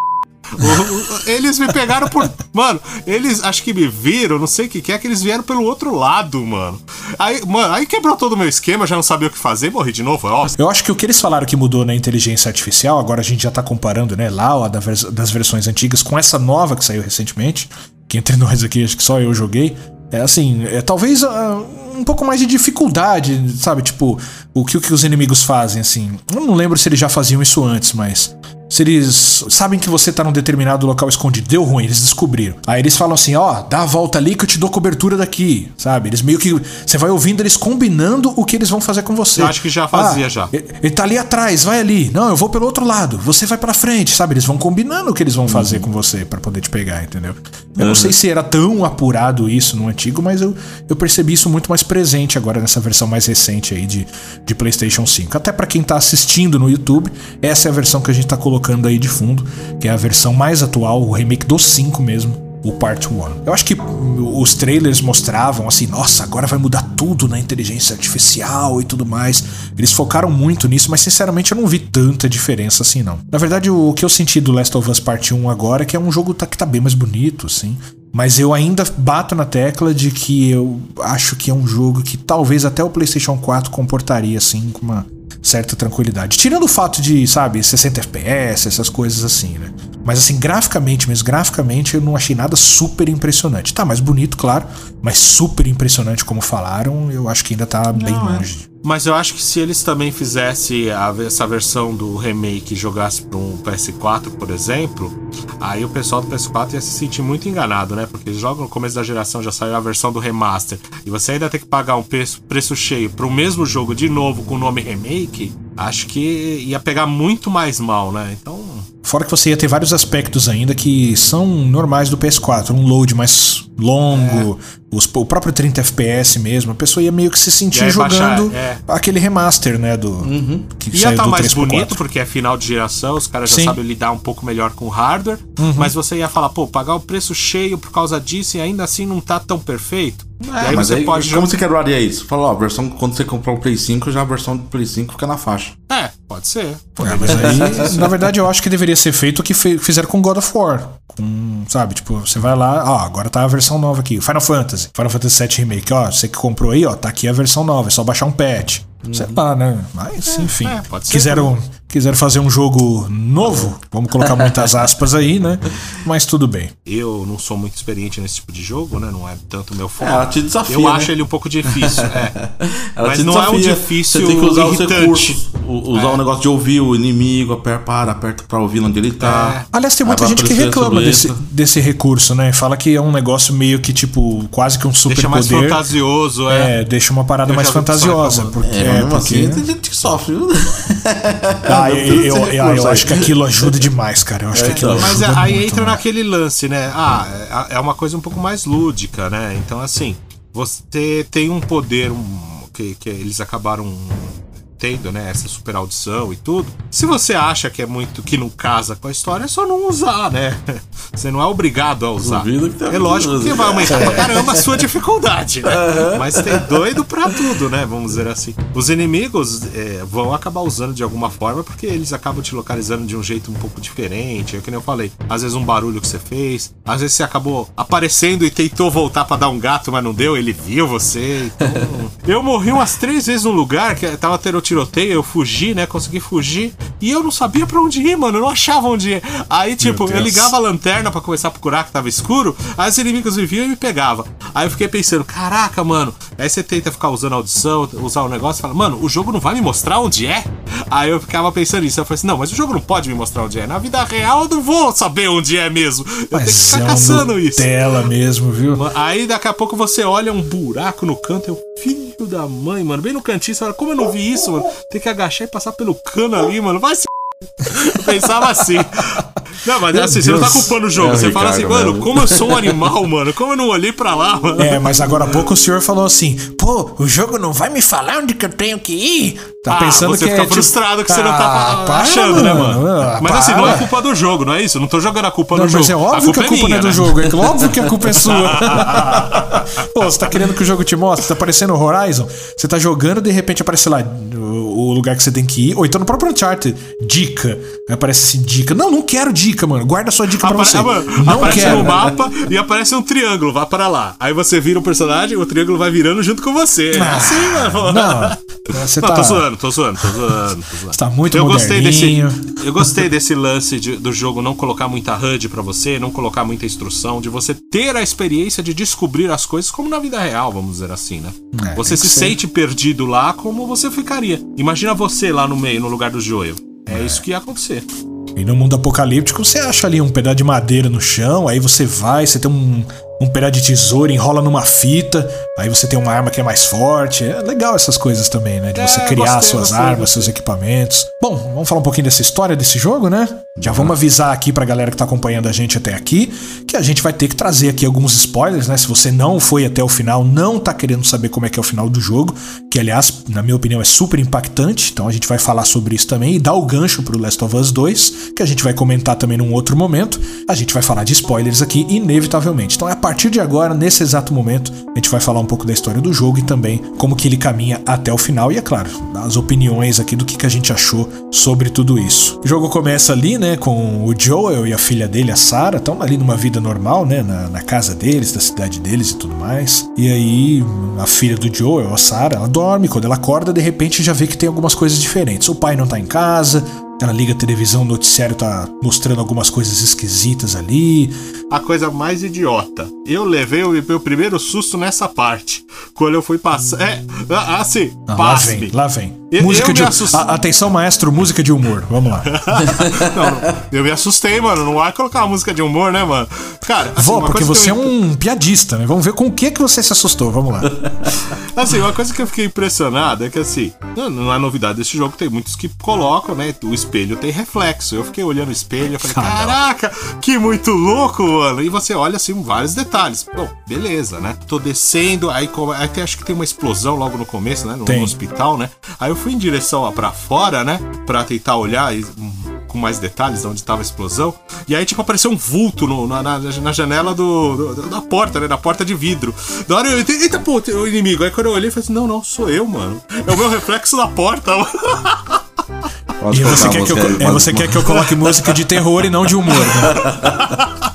Eles me pegaram por... Mano, eles acho que me viram, não sei o que que é, que eles vieram pelo outro llado, mano. Aí, mano, aí quebrou todo o meu esquema, já não sabia o que fazer, morri de novo, é óbvio. Eu acho que o que eles falaram que mudou na inteligência artificial, agora a gente já tá comparando, né, lá, ó, das versões antigas com essa nova que saiu recentemente, que entre nós aqui, acho que só eu joguei. É assim, é talvez uh, um pouco mais de dificuldade, sabe? Tipo, o que, o que os inimigos fazem, assim. Eu não lembro se eles já faziam isso antes, mas... Se eles sabem que você tá num determinado local escondido, deu ruim, eles descobriram. Aí eles falam assim, ó, dá a volta ali que eu te dou cobertura daqui, sabe? Eles meio que... Você vai ouvindo eles combinando o que eles vão fazer com você. Eu acho que já fazia, ah, já. Ele tá ali atrás, vai ali. Não, eu vou pelo outro lado. Você vai pra frente, sabe? Eles vão combinando o que eles vão fazer uhum. com você pra poder te pegar, entendeu? Eu uhum. não sei se era tão apurado isso no antigo, mas eu, eu percebi isso muito mais presente agora nessa versão mais recente aí de, de PlayStation cinco. Até pra quem tá assistindo no YouTube, essa é a versão que a gente tá colocando aí de fundo, que é a versão mais atual, o remake do cinco mesmo, o Part um. Eu acho que os trailers mostravam assim, nossa, agora vai mudar tudo na inteligência artificial e tudo mais. Eles focaram muito nisso, mas sinceramente eu não vi tanta diferença assim, não. Na verdade, o que eu senti do Last of Us Part um agora é que é um jogo que tá bem mais bonito, assim. Mas eu ainda bato na tecla de que eu acho que é um jogo que talvez até o PlayStation quatro comportaria, assim, com uma certa tranquilidade. Tirando o fato de, sabe, sessenta F P S, essas coisas assim, né? Mas assim, graficamente mesmo, graficamente eu não achei nada super impressionante. Tá mais bonito, claro, mas super impressionante como falaram, eu acho que ainda tá bem não, longe. É. Mas eu acho que se eles também fizessem a, essa versão do remake e jogassem para um P S quatro, por exemplo, aí o pessoal do P S quatro ia se sentir muito enganado, né? Porque eles jogam no começo da geração, já saiu a versão do remaster, e você ainda tem que pagar um preço, preço cheio para o mesmo jogo de novo com o nome remake, acho que ia pegar muito mais mal, né? Então... Fora que você ia ter vários aspectos ainda que são normais do P S quatro. Um load mais longo, é. os, o próprio trinta F P S mesmo. A pessoa ia meio que se sentir jogando baixar, é. aquele remaster, né? Do, uhum. que ia estar tá mais bonito, porque é final de geração, os caras já Sim. sabem lidar um pouco melhor com o hardware. Uhum. Mas você ia falar, pô, pagar o preço cheio por causa disso e ainda assim não tá tão perfeito. É, aí mas você aí, pode como jogar... você quebraria isso? Fala, ó, a versão, quando você comprar o Play cinco, já a versão do Play cinco fica na faixa. É, pode ser. É, mas aí, na verdade, eu acho que deveria ser feito o que fe- fizeram com God of War. Com, sabe, tipo, você vai lá, ó, agora tá a versão nova aqui. Final Fantasy, Final Fantasy sete Remake, ó, você que comprou aí, ó, tá aqui a versão nova, é só baixar um patch. Uhum. Sei lá, né? Mas, é, enfim, é, pode ser, quiseram, quiseram fazer um jogo novo, vamos colocar muitas aspas aí, né? Mas tudo bem. Eu não sou muito experiente nesse tipo de jogo, né? Não é tanto o meu foco. Ela te desafia, Eu né? acho ele um pouco difícil, é. Ela Mas te não desafia. é um difícil Você tem que usar irritante. os recursos, usar o é. um negócio de ouvir o inimigo, aperta, para, aperta pra ouvir onde ele tá. É. Aliás, tem muita gente que reclama desse, desse recurso, né? Fala que é um negócio meio que, tipo, quase que um super deixa mais poder. fantasioso, é. É, deixa uma parada eu mais fantasiosa. Porque, é, é, porque... Assim, tem gente que sofre, viu? Ah, eu, eu, eu, eu acho que aquilo ajuda demais, cara. Eu acho é, que aquilo mas ajuda aí muito, entra né? naquele lance, né? Ah, é uma coisa um pouco mais lúdica, né? Então, assim, você tem um poder um, que, que eles acabaram tendo, né? Essa super audição e tudo. Se você acha que é muito que não casa com a história, é só não usar, né? Você não é obrigado a usar. Que tá é lógico que vai aumentar pra caramba a sua dificuldade, né? Uhum. Mas tem doido pra tudo, né? Vamos dizer assim. Os inimigos é, vão acabar usando de alguma forma porque eles acabam te localizando de um jeito um pouco diferente. É que nem eu falei. Às vezes um barulho que você fez, às vezes você acabou aparecendo e tentou voltar pra dar um gato, mas não deu, ele viu você. Então... eu morri umas três vezes num lugar que tava tendo tiroteio, eu fugi, né? Consegui fugir e eu não sabia pra onde ir, mano. Eu não achava onde ir. Aí, tipo, eu ligava a lanterna pra começar a procurar que tava escuro, aí os inimigos me viam e me pegavam. Aí eu fiquei pensando, caraca, mano. Aí você tenta ficar usando a audição, usar o negócio e fala, mano, o jogo não vai me mostrar onde é? Aí eu ficava pensando nisso. Eu falei assim, não, mas o jogo não pode me mostrar onde é. Na vida real eu não vou saber onde é mesmo. Eu mas tenho que ficar é caçando um isso. Tela mesmo, viu? Aí daqui a pouco você olha um buraco no canto, eu, filho da mãe, mano, bem no cantinho, você fala, como eu não vi isso, mano? Tem que agachar e passar pelo cano ali, mano. Vai se... Eu pensava assim. Não, mas Meu assim, Deus. você não tá culpando o jogo. É, você fala assim, Ricardo, mano, mesmo. como eu sou um animal, mano, como eu não olhei pra lá, mano. É, mas agora há pouco o senhor falou assim: pô, o jogo não vai me falar onde que eu tenho que ir? Tá Ah, pensando você que fica é, tipo, frustrado que você não ah, tá para, achando, né, mano? Ah, Mas assim, não é para. culpa do jogo, não é isso? Eu não tô jogando a culpa Não, no mas jogo. é óbvio que a culpa é não é do minha, jogo, é óbvio que a culpa é sua. Pô, você tá querendo que o jogo te mostre? Tá aparecendo Horizon, você tá jogando, de repente aparece lá o, o lugar que você tem que ir, ou então no próprio Uncharted, dica. Aí aparece assim, dica. Não, não quero dica, mano. Guarda a sua dica pra Apare... você. Ah, mano, não aparece quero. no mapa e aparece um triângulo, vai para lá. Aí você vira o personagem, o triângulo vai virando junto com você. É Ah, assim, mano. Não, você Não, tá... tô zoando, tô zoando, tô zoando, tô zoando. Você tá muito eu gostei desse, moderninho. eu gostei desse lance de, do jogo não colocar muita H U D pra você, não colocar muita instrução, de você ter a experiência de descobrir as coisas como na vida real, vamos dizer assim, né? É, você se tem que ser. sente perdido lá como você ficaria. Imagina você lá no meio, no lugar do Joel. É, é isso que ia acontecer. E no mundo apocalíptico, você acha ali um pedaço de madeira no chão, aí você vai, você tem um, um pedaço de tesoura, enrola numa fita, aí você tem uma arma que é mais forte. É legal essas coisas também, né? De você É, criar gostei, suas gostei, armas, gostei. seus equipamentos. Bom, vamos falar um pouquinho dessa história desse jogo, né? Já vamos avisar aqui pra galera que tá acompanhando a gente até aqui, que a gente vai ter que trazer aqui alguns spoilers, né? Se você não foi até o final, não tá querendo saber como é que é o final do jogo, que aliás, na minha opinião, é super impactante, então a gente vai falar sobre isso também e dar o gancho pro Last of Us dois, que a gente vai comentar também num outro momento. A gente vai falar de spoilers aqui, inevitavelmente. Então, a partir de agora, nesse exato momento, a gente vai falar um pouco da história do jogo e também como que ele caminha até o final e, é claro, as opiniões aqui do que, que a gente achou sobre tudo isso. O jogo começa ali, né, com o Joel e a filha dele, a Sarah, estão ali numa vida normal, né, na, na casa deles, da cidade deles e tudo mais. E aí, a filha do Joel, a Sarah, ela dorme, quando ela acorda, de repente já vê que tem algumas coisas diferentes. O pai não tá em casa, ela liga a televisão, o noticiário tá mostrando algumas coisas esquisitas ali. A coisa mais idiota. Eu levei o meu primeiro susto nessa parte. Quando eu fui passar. É, assim, Ah, lá pasme. vem, lá vem. Eu- música eu de me assust- a- Atenção, maestro, música de humor. Vamos lá. Não, não, eu me assustei, mano. Não vai colocar uma música de humor, né, mano? Cara, assim, Vou, uma porque coisa você que é eu... um piadista, né? Vamos ver com o que, que você se assustou. Vamos lá. Assim, uma coisa que eu fiquei impressionado é que, assim, não, não é novidade desse jogo, tem muitos que colocam, né? O espelho tem reflexo. Eu fiquei olhando o espelho e falei, Ah, não. caraca, que muito louco, mano. E você olha, assim, vários detalhes. Bom, beleza, né? Tô descendo, aí, come- aí tem- acho que tem uma explosão logo no começo, né? No, Tem. no hospital, né? Aí eu fui em direção a- pra fora, né? Pra tentar olhar e, hum, com mais detalhes de onde tava a explosão. E aí, tipo, apareceu um vulto no- na, na- na janela do, do- da porta, né? Da porta de vidro. Da hora eu entrei, eita, pô, tem o inimigo. Aí quando eu olhei, eu falei assim, não, não, sou eu, mano. É o meu reflexo na porta, mano. Posso E você, colocar quer que, eu, você aí, é, uma- você uma- quer que eu coloque música de terror e não de humor, né?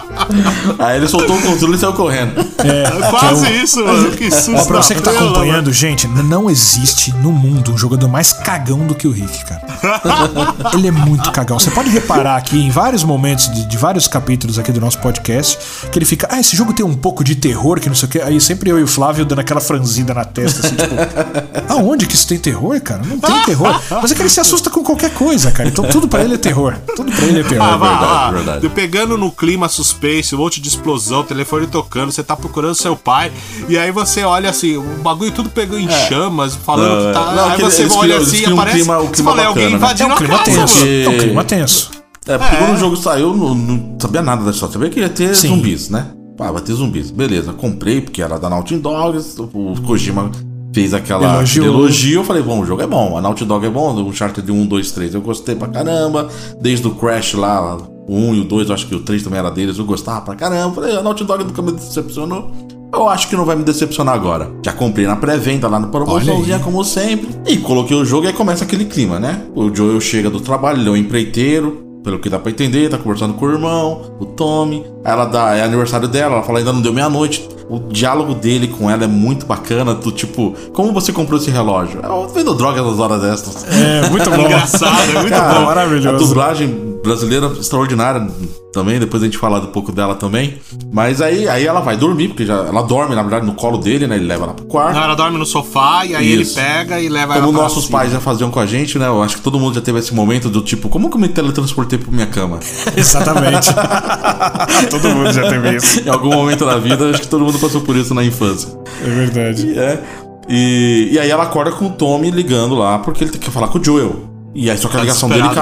Aí ele soltou o controle e saiu correndo. É, Quase que é o- isso, mano. Que susto. Ó, pra você que tá da frela, acompanhando, gente, n- não existe no mundo um jogador mais cagão do que o Rick, cara. Ele é muito cagão. Você pode reparar aqui em vários momentos de, de vários capítulos aqui do nosso podcast que ele fica, ah, esse jogo tem um pouco de terror, que não sei o que. Aí sempre eu e o Flávio dando aquela franzida na testa, assim, tipo, aonde que isso tem terror, cara? Não tem terror. Mas é que ele se assusta com qualquer coisa, cara. Então tudo pra ele é terror. Tudo pra ele é terror. Ah, vá, verdade, vá. verdade. Pegando no clima suspense, um monte de explosão, telefone tocando, você tá procurando seu pai, e aí você olha assim, o bagulho tudo pegou em chamas, falando Não, que tá. não, aí que você eles olha criam- eles assim e criam um aparece. clima- um você clima fala, é alguém bacana, né? É invadindo um a clima casa, tenso. mano. É um clima tenso. É, porque É. quando o jogo saiu, eu não, não sabia nada da história. Sabia que ia ter Sim. zumbis, né? Pá, vai ter zumbis. Beleza, comprei, porque era da Naughty Dog, o Kojima fez aquela Elogiou. aquele elogio. Eu falei, bom, o jogo é bom, a Naughty Dog é bom, o Uncharted um, dois, três eu gostei pra caramba. Desde o Crash lá, o um e o dois, eu acho que o três também era deles, eu gostava pra caramba. Falei, a Naughty Dog nunca me decepcionou. Eu acho que não vai me decepcionar agora. Já comprei na pré-venda lá no promoçãozinha, como sempre. E coloquei o jogo e aí começa aquele clima, né? O Joel chega do trabalho, ele é um empreiteiro. Pelo que dá pra entender, tá conversando com o irmão, o Tommy. Aí ela dá, é aniversário dela, ela fala, ainda não deu meia-noite. O diálogo dele com ela é muito bacana, do tipo, como você comprou esse relógio? Eu vendo drogas nas horas destas. É, muito bom. Engraçado, é muito Cara, bom. A Maravilhoso. dublagem brasileira extraordinária também, depois a gente falar um pouco dela também. Mas aí, aí ela vai dormir, porque já, ela dorme, na verdade, no colo dele, né? Ele leva ela pro quarto. Não, ela dorme no sofá e aí Isso. ele pega e leva Como ela pra nossos cima. pais já faziam com a gente, né? Eu acho que todo mundo já teve esse momento do tipo, como que eu me teletransportei pra minha cama? Exatamente. Todo mundo já teve isso. Em algum momento da vida, acho que todo mundo passou por isso na infância. É verdade. É. E, e aí ela acorda com o Tommy ligando lá, porque ele tem que falar com o Joel. E aí só que a Tá ligação dele desesperado, cai. né?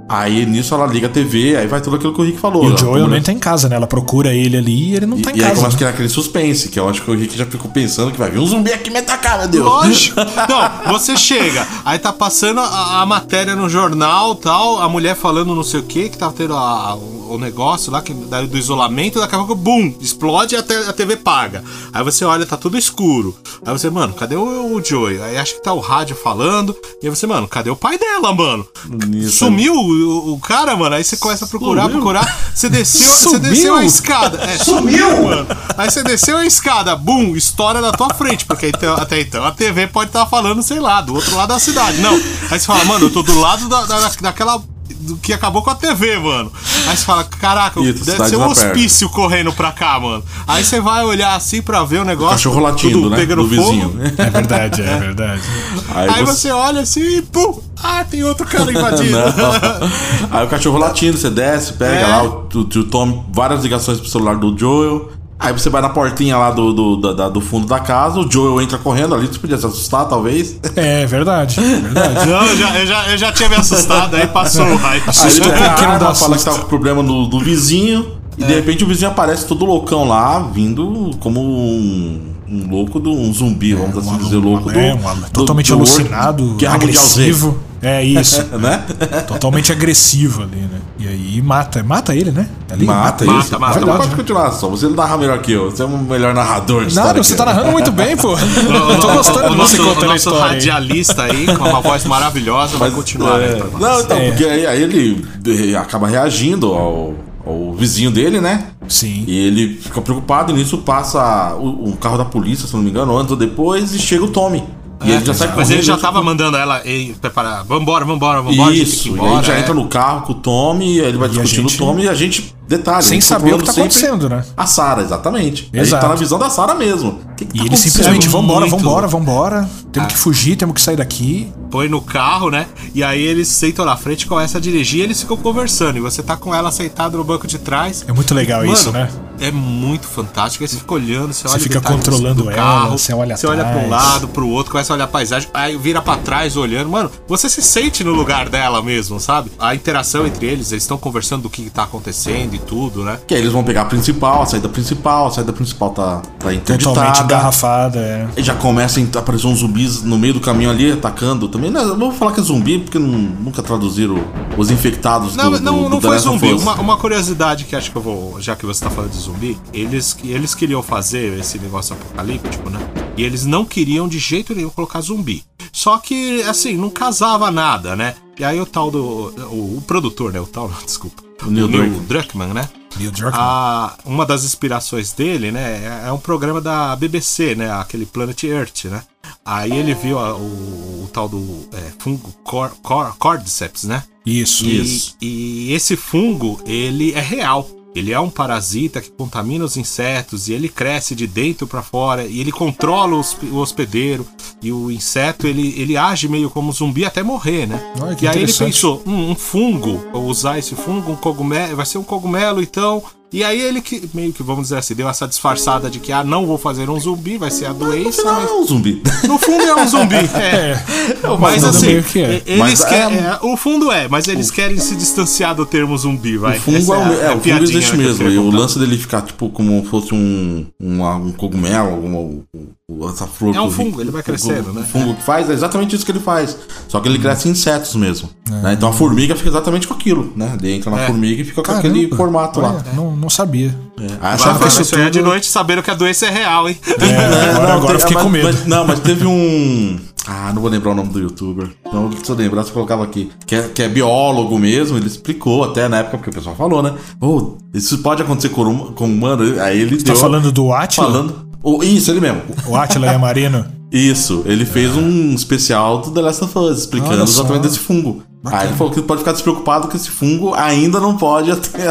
Aí nisso ela liga a T V, aí vai tudo aquilo que o Rick falou. E o Joel nem tá em casa, né? Ela procura ele ali e ele não e, tá em e casa. E aí começa né? a criar aquele suspense, que eu acho que o Rick já ficou pensando que vai vir um zumbi aqui me atacar, meu Deus. Lógico. Não, você chega, aí tá passando a, a matéria no jornal, tal, a mulher falando não sei o que, que tava tendo a, a, o negócio lá que, do isolamento, daqui a pouco, bum, explode e a, te, a T V paga. Aí você olha, tá tudo escuro. Aí você, mano, cadê o, o Joey? Aí acha que tá o rádio falando, e aí você, mano, cadê o pai dela, mano? Isso. Sumiu o, o cara, mano. Aí você começa a procurar, sumiu. procurar. Você desceu, você desceu a escada. É, sumiu, mano. Aí você desceu a escada, bum, estoura na tua frente. Porque então, até então a T V pode estar tá falando, sei lá, do outro lado da cidade. Não. Aí você fala, mano, eu tô do lado da, da, daquela. Do que acabou com a T V, mano. Aí você fala, caraca, Isso, deve ser um hospício perto. correndo pra cá, mano. Aí você vai olhar assim pra ver o negócio. O cachorro latindo, né? Pegando do fogo. vizinho. É verdade, é, é verdade. Aí, Aí você... você olha assim e pum! Ah, tem outro cara invadindo. Aí o cachorro latindo, você desce, pega é. lá, o, o, o Tom, várias ligações pro celular do Joel. Aí você vai na portinha lá do, do, do, do fundo da casa, o Joel entra correndo ali, você podia se assustar, talvez. É, verdade, verdade. Não, eu já, eu, já, eu já tinha me assustado, aí passou o hype. Aí ele pega a arma, fala que tá com problema do, do vizinho, e é. de repente o vizinho aparece todo loucão lá, vindo como um... Um louco, do, um zumbi, é, vamos assim um, dizer, louco é, do, um, totalmente do, do alucinado, agressivo. É isso. Né? Totalmente agressivo ali, né? E aí mata, mata ele, né? Ali, mata, mata isso. Mata, mata. Você não pode continuar só, você não narra melhor que eu, você é um melhor narrador de Nada, história. você aqui. tá narrando muito bem, pô. Eu tô gostando de você contando a história. O nosso radialista aí, com uma voz maravilhosa, vai continuar. É, aí pra não, então, é. porque aí, aí ele acaba reagindo ao... o vizinho dele, né? Sim. E ele fica preocupado e nisso passa o, o carro da polícia, se não me engano, antes ou depois, e chega o Tommy. E é, ele já sai mas ele já tava mandando ela preparar. Vambora, vambora, vambora. Isso, embora, e aí já é. entra no carro com o Tommy, aí ele vai e discutindo gente... o Tommy e a gente. Detalhe, sem saber o que tá acontecendo, né? A Sarah, exatamente. Exato. A gente tá na visão da Sarah mesmo. Que que e tá ele simplesmente, vambora, muito... vambora, vambora. Temos ah. que fugir, temos que sair daqui. Põe no carro, né? E aí eles sentam na frente, começam a dirigir e eles ficam conversando. E você tá com ela sentada no banco de trás. É muito legal Mano, isso, né? É muito fantástico. Aí você fica olhando, você, você olha fica controlando ela, carro, você olha Você atrás. olha pra um lado, pro outro, começa a olhar a paisagem, aí vira pra trás olhando. Mano, você se sente no lugar dela mesmo, sabe? A interação entre eles, eles estão conversando do que tá acontecendo e tudo, né? Que aí eles vão pegar a principal, a saída principal, a saída principal tá, tá interditada. Totalmente engarrafada, é. E já começa a aparecer uns zumbis no meio do caminho ali, atacando também. Não, eu vou falar que é zumbi, porque não, nunca traduziram os infectados não, do, Não, do, não do foi zumbi. Uma, uma curiosidade que acho que eu vou... Já que você tá falando de zumbi, eles, eles queriam fazer esse negócio apocalíptico, né? E eles não queriam de jeito nenhum colocar zumbi. Só que, assim, não casava nada, né? E aí o tal do... O, o produtor, né? O tal... Desculpa. O Neil, Neil Druckmann, né? Neil Druckmann. A, uma das inspirações dele, né? É um programa da B B C, né? Aquele Planet Earth, né? Aí ele viu a, o, o tal do é, fungo cor, cor, Cordyceps, né? Isso, e, isso. E esse fungo, ele é real. Ele é um parasita que contamina os insetos e ele cresce de dentro para fora e ele controla os, o hospedeiro e o inseto ele, ele age meio como zumbi até morrer, né? Ai, e aí ele pensou, hum, um fungo, vou usar esse fungo, um cogumelo, vai ser um cogumelo então. E aí ele que, meio que, vamos dizer assim, deu essa disfarçada de que, ah, não vou fazer um zumbi, vai ser a doença. Não, mas... é um zumbi. No fundo é um zumbi, é. é mas assim, que é. eles mas, querem... É... O fundo é, mas eles o... querem se distanciar do termo zumbi, vai. O fungo essa é, o, é, é o fungo existe mesmo. E o contar. lance dele ficar, tipo, como fosse um, um, um cogumelo, uma, essa flor. É um fungo, ele vai crescendo, o, né? O fungo que faz, é exatamente isso que ele faz. Só que ele cresce em insetos mesmo. É. Né? Então a formiga fica exatamente com aquilo, né? Ele entra na é. formiga e fica com Caramba, aquele formato olha, lá. Não, não sabia. É. Achava que isso tudo... de noite sabendo que a doença é real, hein? É, agora, não, agora eu fiquei mas, com medo. Mas, não, mas teve um... Ah, não vou lembrar o nome do youtuber. Não, se eu lembrar, você colocava aqui. Que é, que é biólogo mesmo, ele explicou até na época, porque o pessoal falou, né? Oh, isso pode acontecer com um, com um humano. Aí ele você deu... tá falando do Átila? Falando... Oh, isso, ele mesmo. O Átila Yamarino? Isso, ele fez é. um especial do The Last of Us, explicando exatamente desse fungo. Bacana. Aí ele falou que pode ficar despreocupado que esse fungo ainda não pode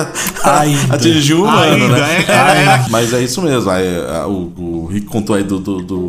ainda. atingir o humano, ainda, né? É, é. Aí, mas é isso mesmo. Aí, o, o Rick contou aí do, do, do,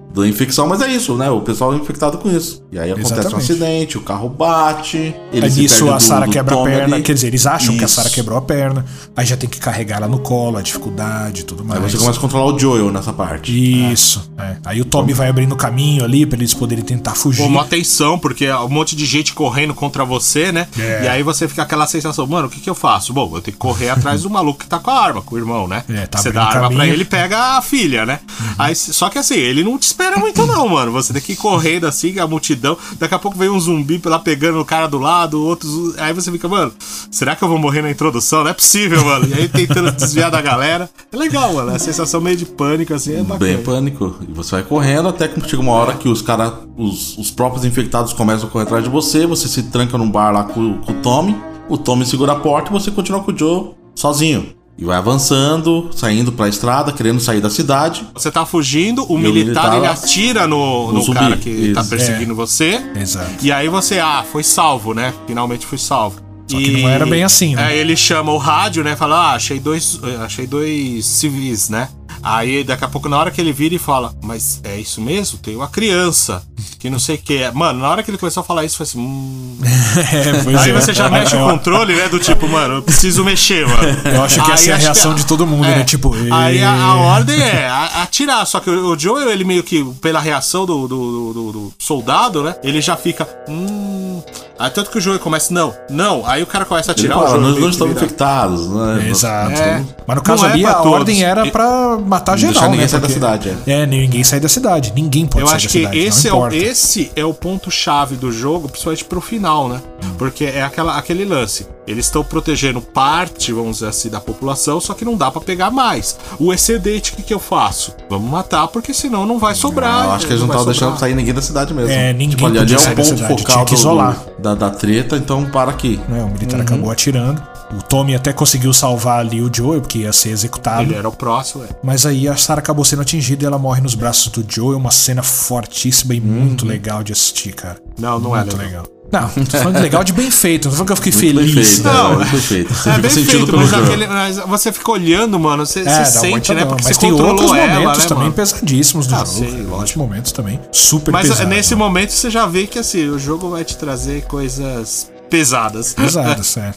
da infecção, mas é isso, né? O pessoal é infectado com isso. E aí acontece Exatamente. um acidente, o carro bate, ele aí se nisso perde a Sarah do, do quebra a perna, ali. Quer dizer, eles acham isso. que a Sarah quebrou a perna, aí já tem que carregar ela no colo, a dificuldade e tudo mais. Aí você começa a controlar o Joel nessa parte. Isso, é. É. Aí o Tommy vai abrindo o caminho ali pra eles poderem tentar fugir. Pô, uma tensão, porque é um monte de gente correndo contra você, né? É. E aí você fica aquela sensação, mano, o que que eu faço? Bom, eu tenho que correr atrás do maluco que tá com a arma, com o irmão, né? É, tá você dá a arma caminho. pra ele e pega a filha, né? Uhum. Aí, só que assim, ele não te espera muito não, mano. Você tem que ir correndo assim, a multidão. Daqui a pouco vem um zumbi lá pegando o cara do lado, outros. Aí você fica, mano, será que eu vou morrer na introdução? Não é possível, mano. E aí tentando desviar da galera. É legal, mano. É a sensação meio de pânico, assim, é bacana. Bem pânico. E você vai correndo até que chega uma hora que os caras, os, os próprios infectados começam a correr atrás de você. Você se tranca num bar lá com, com o Tommy. O Tommy segura a porta e você continua com o Joe sozinho. E vai avançando, saindo pra estrada, querendo sair da cidade. Você tá fugindo, o militar, militar ele atira no, no, no cara que Isso. tá perseguindo é. você. Exato. E aí você, ah, foi salvo, né? Finalmente foi salvo. Só que e, não era bem assim, né? Aí ele chama o rádio, né? Fala, ah, achei dois, achei dois civis, né? Aí daqui a pouco, na hora que ele vira e fala, mas é isso mesmo? Tem uma criança que não sei o que é. Mano, na hora que ele começou a falar isso, foi assim, hum... é, pois Aí é. você já mexe o controle, né? Do tipo, mano, eu preciso mexer, mano. Eu acho que essa é a reação que... de todo mundo, é. né? Tipo, aí a, a ordem é atirar. Só que o Joel, ele meio que, pela reação do, do, do, do soldado, né? Ele já fica, hum... Aí tanto que o Joel começa, não, não. Aí o cara começa a atirar. Ele fala, o Joel nós não estamos infectados, né? Exato. É. Mas no caso não ali, é a todos. ordem era pra matar geral, deixar né? ninguém sair Porque... da cidade, é. É, ninguém sai da cidade. Ninguém pode Eu sair acho da que cidade. Esse não é, o, importa. esse é o ponto-chave do jogo, principalmente pro final, né? Porque é aquela, aquele lance. Eles estão protegendo parte, vamos dizer assim, da população, só que não dá pra pegar mais. O excedente, o que, que eu faço? Vamos matar, porque senão não vai sobrar. Não, eu acho que eles não estavam deixando sair ninguém da cidade mesmo. É, ninguém tipo, ali, ali é um ponto cidade, focal que isolar. Do, da, da treta, então para aqui. É, o militar uhum. acabou atirando. O Tommy até conseguiu salvar ali o Joel, porque ia ser executado. Ele era o próximo, é. Mas aí a Sarah acabou sendo atingida e ela morre nos braços do Joel. Uma cena fortíssima e muito uhum. legal de assistir, cara. Não, não muito é legal. legal. Não, tô falando de legal de bem feito, não tô falando que eu fiquei muito feliz. Feito, não, é, bem feito. Você é fica bem sentindo feito, pelo mas, jogo. aquele, mas você fica olhando, mano, você, é, você sente, né? Porque mas você tem outros ela, momentos né, também mano? pesadíssimos do ah, jogo. Sim, outros momentos também super mas pesados. Mas nesse mano. momento você já vê que assim, o jogo vai te trazer coisas pesadas. Pesadas, é.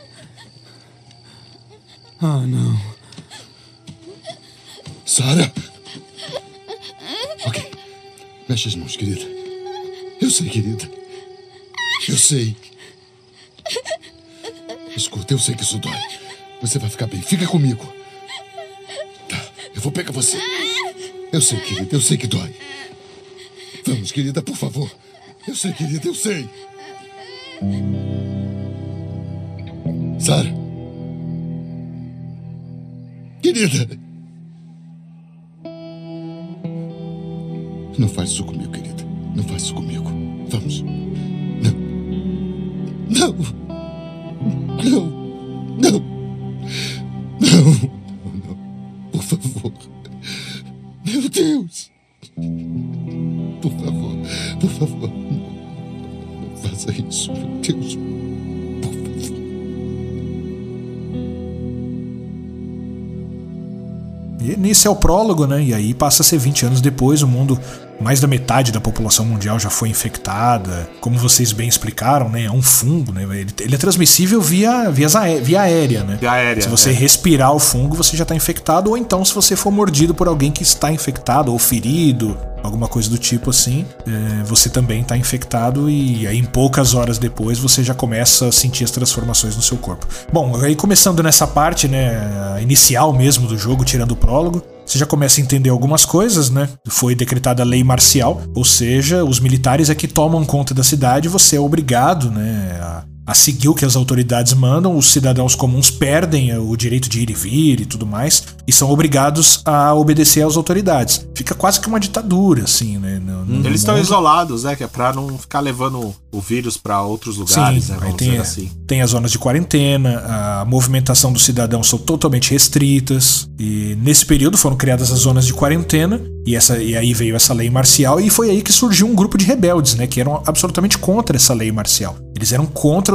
Ah, não. Sarah? Ok. Mexe as mãos, querida. Eu sei, querida. Eu sei. Escuta, eu sei que isso dói. Você vai ficar bem. Fica comigo. Tá, eu vou pegar você. Eu sei, querida. Eu sei que dói. Vamos, querida, por favor. Eu sei, querida. Eu sei. Sarah. Querida. Não faz isso comigo, querida. Não faz isso comigo. Vamos. Não. Não. Não. Não. Não. Não. Por favor. Meu Deus. Por favor. Por favor. Não faça isso, meu Deus. Por favor. E nisso é o prólogo, né? E aí passa a ser vinte anos depois, o mundo, mais da metade da população mundial já foi infectada. Como vocês bem explicaram, né? É um fungo, né? Ele, ele é transmissível via, via, via aérea, né? Via aérea. Se você é. respirar o fungo, você já está infectado, ou então se você for mordido por alguém que está infectado ou ferido, alguma coisa do tipo assim, é, você também está infectado e aí em poucas horas depois você já começa a sentir as transformações no seu corpo. Bom, aí começando nessa parte, né, inicial mesmo do jogo, tirando o prólogo, você já começa a entender algumas coisas, né? Foi decretada a lei marcial, ou seja, os militares é que tomam conta da cidade e você é obrigado, né, a a seguir o que as autoridades mandam. Os cidadãos comuns perdem o direito de ir e vir e tudo mais, e são obrigados a obedecer às autoridades. Fica quase que uma ditadura, assim, né? No, no Eles estão isolados, né? Que é pra não ficar levando o vírus pra outros lugares, Sim, né? Vamos tem, dizer assim. Tem as zonas de quarentena, a movimentação dos cidadãos são totalmente restritas, e nesse período foram criadas as zonas de quarentena, e, essa, e aí veio essa lei marcial, e foi aí que surgiu um grupo de rebeldes, né? Que eram absolutamente contra essa lei marcial. Eles eram contra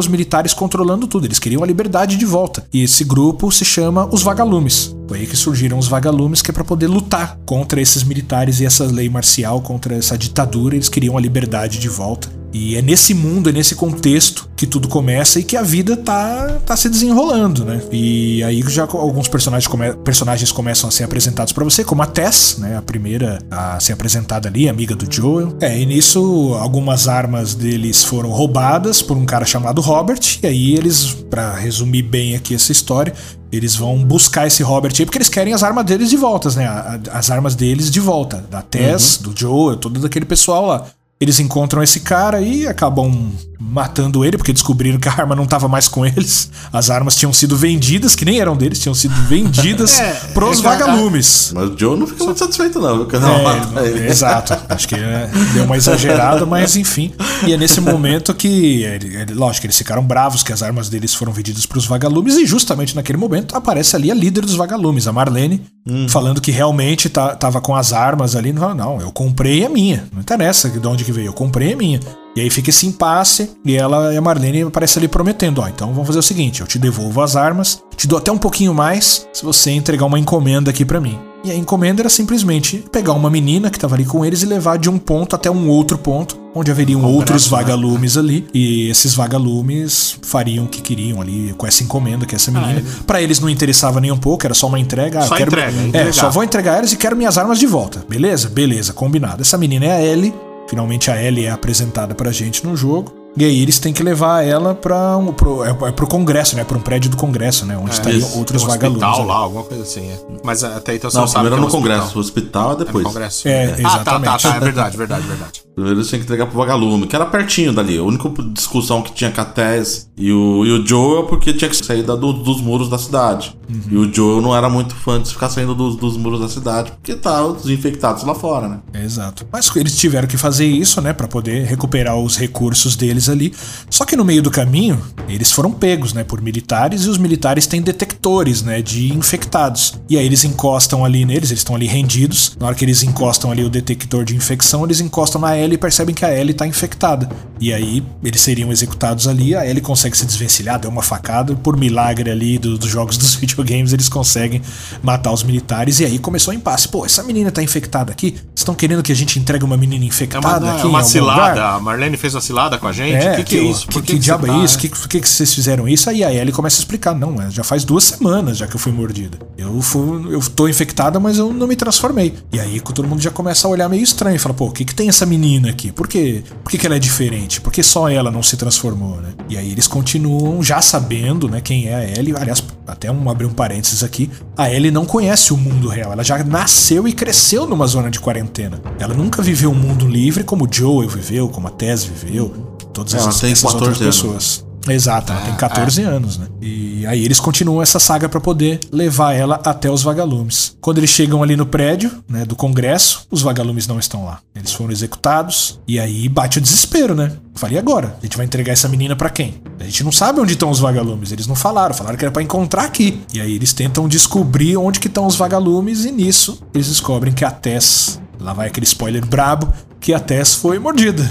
os militares controlando tudo, eles queriam a liberdade de volta. E esse grupo se chama os Vagalumes. Foi aí que surgiram os Vagalumes, que é pra poder lutar contra esses militares e essa lei marcial, contra essa ditadura. Eles queriam a liberdade de volta. E é nesse mundo, é nesse contexto que tudo começa e que a vida tá, tá se desenrolando, né? E aí já alguns personagens, come, personagens começam a ser apresentados pra você, como a Tess, né? A primeira a ser apresentada ali, amiga do Joel. É, e nisso algumas armas deles foram roubadas por um cara chamado Robert. E aí eles, pra resumir bem aqui essa história, eles vão buscar esse Robert aí porque eles querem as armas deles de volta, né? As armas deles de volta, da Tess, uhum. do Joel, todo daquele pessoal lá. Eles encontram esse cara e acabam matando ele, porque descobriram que a arma não estava mais com eles. As armas tinham sido vendidas, que nem eram deles, tinham sido vendidas é, pros é, vagalumes. Mas o Joe não fica muito satisfeito, não. Eu quero é, ele. Exato. Acho que deu uma exagerada, mas enfim. E é nesse momento que, ele, lógico, eles ficaram bravos que as armas deles foram vendidas pros vagalumes, e justamente naquele momento aparece ali a líder dos vagalumes, a Marlene, hum. falando que realmente tá, tava com as armas ali. Não, não, eu comprei a minha. Não interessa de onde que veio, eu comprei a minha. E aí fica esse impasse e ela e a Marlene aparecem ali prometendo, ó, então vamos fazer o seguinte, eu te devolvo as armas, te dou até um pouquinho mais se você entregar uma encomenda aqui pra mim. E a encomenda era simplesmente pegar uma menina que tava ali com eles e levar de um ponto até um outro ponto, onde haveriam Comprar, outros vagalumes, né? ali, e esses vagalumes fariam o que queriam ali com essa encomenda, que é essa menina. Ah, é. Pra eles não interessava nem um pouco, era só uma entrega. Só ah, quero, entrega. É, só vou entregar elas e quero minhas armas de volta. Beleza? Beleza, combinado. Essa menina é a Ellie. Finalmente a Ellie é apresentada pra gente no jogo. E aí eles têm que levar ela para um, pro, é, pro Congresso, né? Para um prédio do Congresso, né? Onde é, estariam isso, outros um vagalumes. Hospital lá, alguma coisa assim, é. Mas até então você não, não sabe. Primeiro que é no Congresso, o hospital é depois. É, no Congresso. É, é. Ah, tá, tá, tá, é verdade, verdade, verdade. Primeiro eles têm que entregar pro vagalume, que era pertinho dali. A única discussão que tinha com a Tess e o, e o Joel, porque tinha que sair da, do, dos muros da cidade. Uhum. E o Joel não era muito fã de ficar saindo dos, dos muros da cidade, porque tá os infectados lá fora, né? Exato. Mas eles tiveram que fazer isso, né? Pra poder recuperar os recursos deles ali. Só que no meio do caminho, eles foram pegos, né? Por militares, e os militares têm detectores, né? De infectados. E aí eles encostam ali neles, eles estão ali rendidos. Na hora que eles encostam ali o detector de infecção, eles encostam na Ellie e percebem que a Ellie tá infectada. E aí eles seriam executados ali, a Ellie consegue se desvencilhar, deu uma facada, por milagre ali do, dos jogos dos videogames eles conseguem matar os militares, e aí começou o impasse. Pô, essa menina tá infectada aqui? Vocês estão querendo que a gente entregue uma menina infectada é uma, aqui? É uma cilada, a Marlene fez uma cilada com a gente? O é, que, que, que é isso? Por que, que, que diabo é isso? O que, que, que vocês fizeram isso? Aí a Ellie começa a explicar, não, já faz duas semanas já que eu fui mordida. Eu, fui, eu tô infectada, mas eu não me transformei. E aí todo mundo já começa a olhar meio estranho, fala, pô, o que que tem essa menina aqui? Por que, por que que ela é diferente? Por que só ela não se transformou, né? E aí eles continuam já sabendo, né, quem é a Ellie. Aliás, até um, abrir um parênteses aqui, a Ellie não conhece o mundo real, ela já nasceu e cresceu numa zona de quarentena. Ela nunca viveu um mundo livre como o Joel viveu, como a Tess viveu, todas essas, essas outras pessoas. Exato, ela é, tem catorze é. anos, né? E aí eles continuam essa saga pra poder levar ela até os vagalumes. Quando eles chegam ali no prédio, né, do Congresso, os vagalumes não estão lá. Eles foram executados e aí bate o desespero, né? Eu falei, e agora? A gente vai entregar essa menina pra quem? A gente não sabe onde estão os vagalumes, eles não falaram, falaram que era pra encontrar aqui. E aí eles tentam descobrir onde que estão os vagalumes e nisso eles descobrem que a Tess, lá vai aquele spoiler brabo, que a Tess foi mordida.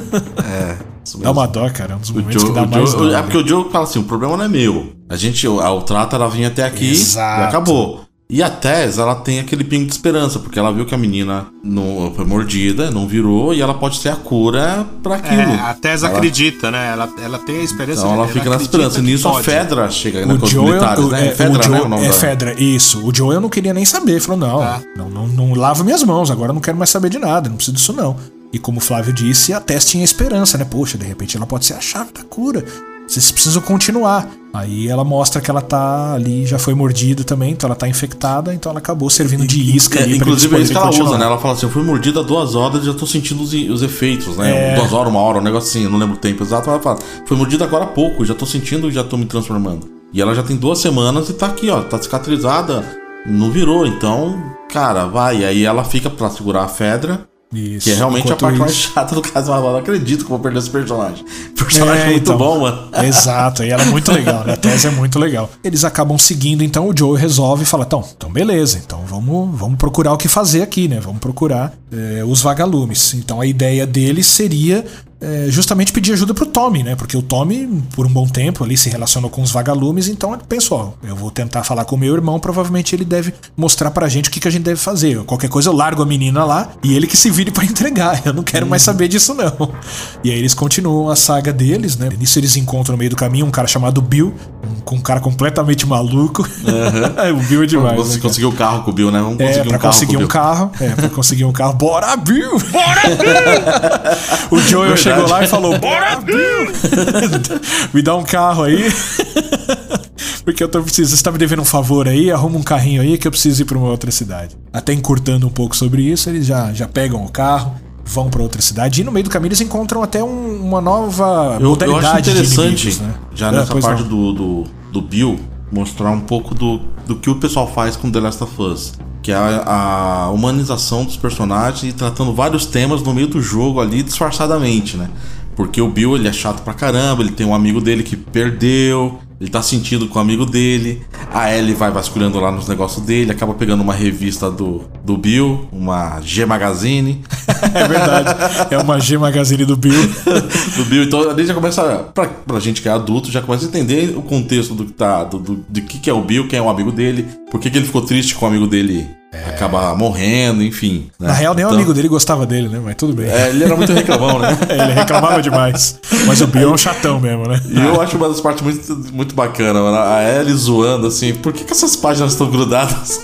É... Dá uma dó, cara. É um dos momentos Joe, que dá mais Joe, dó. É porque o Joe fala assim, o problema não é meu. A gente, a, o trato, ela vinha até aqui Exato. E acabou. E a Tess, ela tem aquele pingo de esperança, porque ela viu que a menina não, foi mordida, não virou, e ela pode ser a cura pra aquilo. É, a Tess ela, acredita, né? Ela, ela tem a esperança. Então ela, ela fica na esperança. E nisso a Fedra chega na Joel, militares, o, né? É, Fedra, o Joel, né? O é Fedra, isso. O Joel não queria nem saber. Ele falou, não, ah. não, não, não lavo minhas mãos, agora eu não quero mais saber de nada, não preciso disso não. E como o Flávio disse, a Tess tinha esperança, né? Poxa, de repente ela pode ser a chave da cura. Vocês precisam continuar. Aí ela mostra que ela tá ali, já foi mordida também, então ela tá infectada, então ela acabou servindo de isca é, ali. Inclusive é isso que ela continuar. usa, né? Ela fala assim, eu fui mordida há duas horas e já tô sentindo os, os efeitos, né? É... Duas horas, uma hora, um negócio assim, eu não lembro o tempo exato, mas ela fala, foi mordida agora há pouco, já tô sentindo e já tô me transformando. E ela já tem duas semanas e tá aqui, ó, tá cicatrizada, não virou, então, cara, vai. E aí ela fica pra segurar a Fedra. Isso. Que é realmente Enquanto a parte isso... mais chata do caso. Eu não acredito que eu vou perder esse personagem. O personagem é, é muito então, bom, mano. Exato, e ela é muito legal, né? A Tess é muito legal. Eles acabam seguindo, então o Joe resolve e fala, então, então beleza, então vamos, vamos procurar o que fazer aqui, né? Vamos procurar é, os vagalumes. Então a ideia deles seria é, justamente pedir ajuda pro Tommy, né? Porque o Tommy, por um bom tempo, ali se relacionou com os vagalumes, então ele pensou, ó, eu vou tentar falar com o meu irmão, provavelmente ele deve mostrar pra gente o que, que a gente deve fazer. Qualquer coisa eu largo a menina lá e ele que se vire pra entregar. Eu não quero mais saber disso, não. E aí eles continuam a saga deles, né? Nisso eles encontram no meio do caminho um cara chamado Bill, um, um cara completamente maluco. Uhum. O Bill é demais. Você né, conseguiu o carro com o Bill, né? Vamos conseguir é, pra um carro conseguir com o um Bill. carro. É, pra conseguir um carro. Bora, Bill! Bora, Bill! O Joel Verdade. chegou lá e falou: Bora, Bill! Me dá um carro aí. Porque eu tô precisando. Você tá me devendo um favor aí, arruma um carrinho aí que eu preciso ir pra uma outra cidade. Até encurtando um pouco sobre isso, eles já, já pegam o carro, vão pra outra cidade e no meio do caminho eles encontram até um, uma nova eu, modalidade eu acho interessante, de inimigos, né? já é, nessa parte do, do, do Bill, mostrar um pouco do, do que o pessoal faz com The Last of Us. Que é a, a humanização dos personagens e tratando vários temas no meio do jogo ali disfarçadamente, né? Porque o Bill, ele é chato pra caramba, ele tem um amigo dele que perdeu, ele tá sentindo com o amigo dele, a Ellie vai vasculhando lá nos negócios dele, acaba pegando uma revista do, do Bill, uma G Magazine. É verdade, é uma G Magazine do Bill. Do Bill, então a gente já começa, pra, pra gente que é adulto, já começa a entender o contexto do que tá, do, do, de que, que é o Bill, quem é o amigo dele, por que, que ele ficou triste com o amigo dele. É. Acaba morrendo, enfim. Né? Na real, nem então, o amigo dele gostava dele, né? Mas tudo bem. É, ele era muito reclamão, né? Ele reclamava demais. Mas o Bill é um chatão mesmo, né? E eu acho uma das partes muito, muito bacana, mano. A Ellie zoando assim, por que, que essas páginas estão grudadas?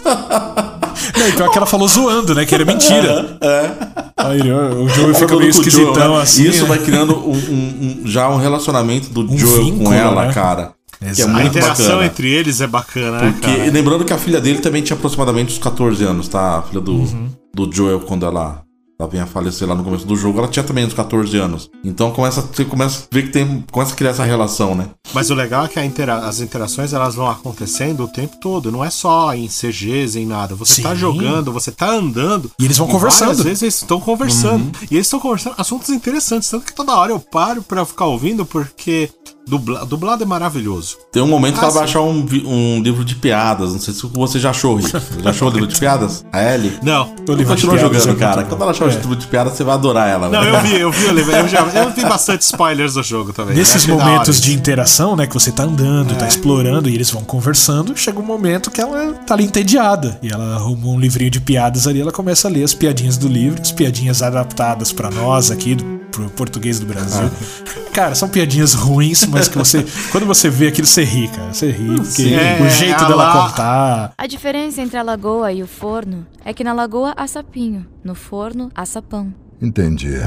Não, então que ela falou zoando, né? Que era mentira. É. é. Aí, o Joel fica meio esquisitão Joel, né? assim. Isso né? vai criando um, um, um, já um relacionamento do um Joel vínculo, com ela, né? cara. Que é muito a interação bacana. Entre eles é bacana, porque, né, cara? E lembrando que a filha dele também tinha aproximadamente uns catorze anos, tá? A filha do, uhum. do Joel, quando ela, ela vinha a falecer lá no começo do jogo, ela tinha também uns catorze anos. Então começa, você começa a ver que tem, começa a criar essa relação, né? Mas o legal é que a intera- as interações elas vão acontecendo o tempo todo, não é só em C Gs, em nada. Você Sim. tá jogando, você tá andando. E eles vão e conversando. Às vezes eles estão conversando. Uhum. E eles estão conversando assuntos interessantes, tanto que toda hora eu paro pra ficar ouvindo, porque Dubla, dublado é maravilhoso. Tem um momento ah, que ela vai achar um, um livro de piadas. Não sei se você já achou, Rick. Já achou o livro de piadas? A Ellie? Não. Eu continua jogando, cara. Quando ela achar é. o livro de piadas, você vai adorar ela. Não, eu vi, eu vi, eu, vi, eu, já, eu vi bastante spoilers do jogo também. Nesses momentos de interação, né, que você tá andando, é. tá explorando e eles vão conversando, chega um momento que ela tá ali entediada. E ela arruma um livrinho de piadas ali, ela começa a ler as piadinhas do livro, as piadinhas adaptadas pra nós aqui, do, pro português do Brasil. Ah. Cara, são piadinhas ruins, mas que você, quando você vê aquilo, você ri, cara. Você ri, porque é, o jeito dela lá... contar... A diferença entre a lagoa e o forno é que na lagoa há sapinho, no forno há sapão. Entendi.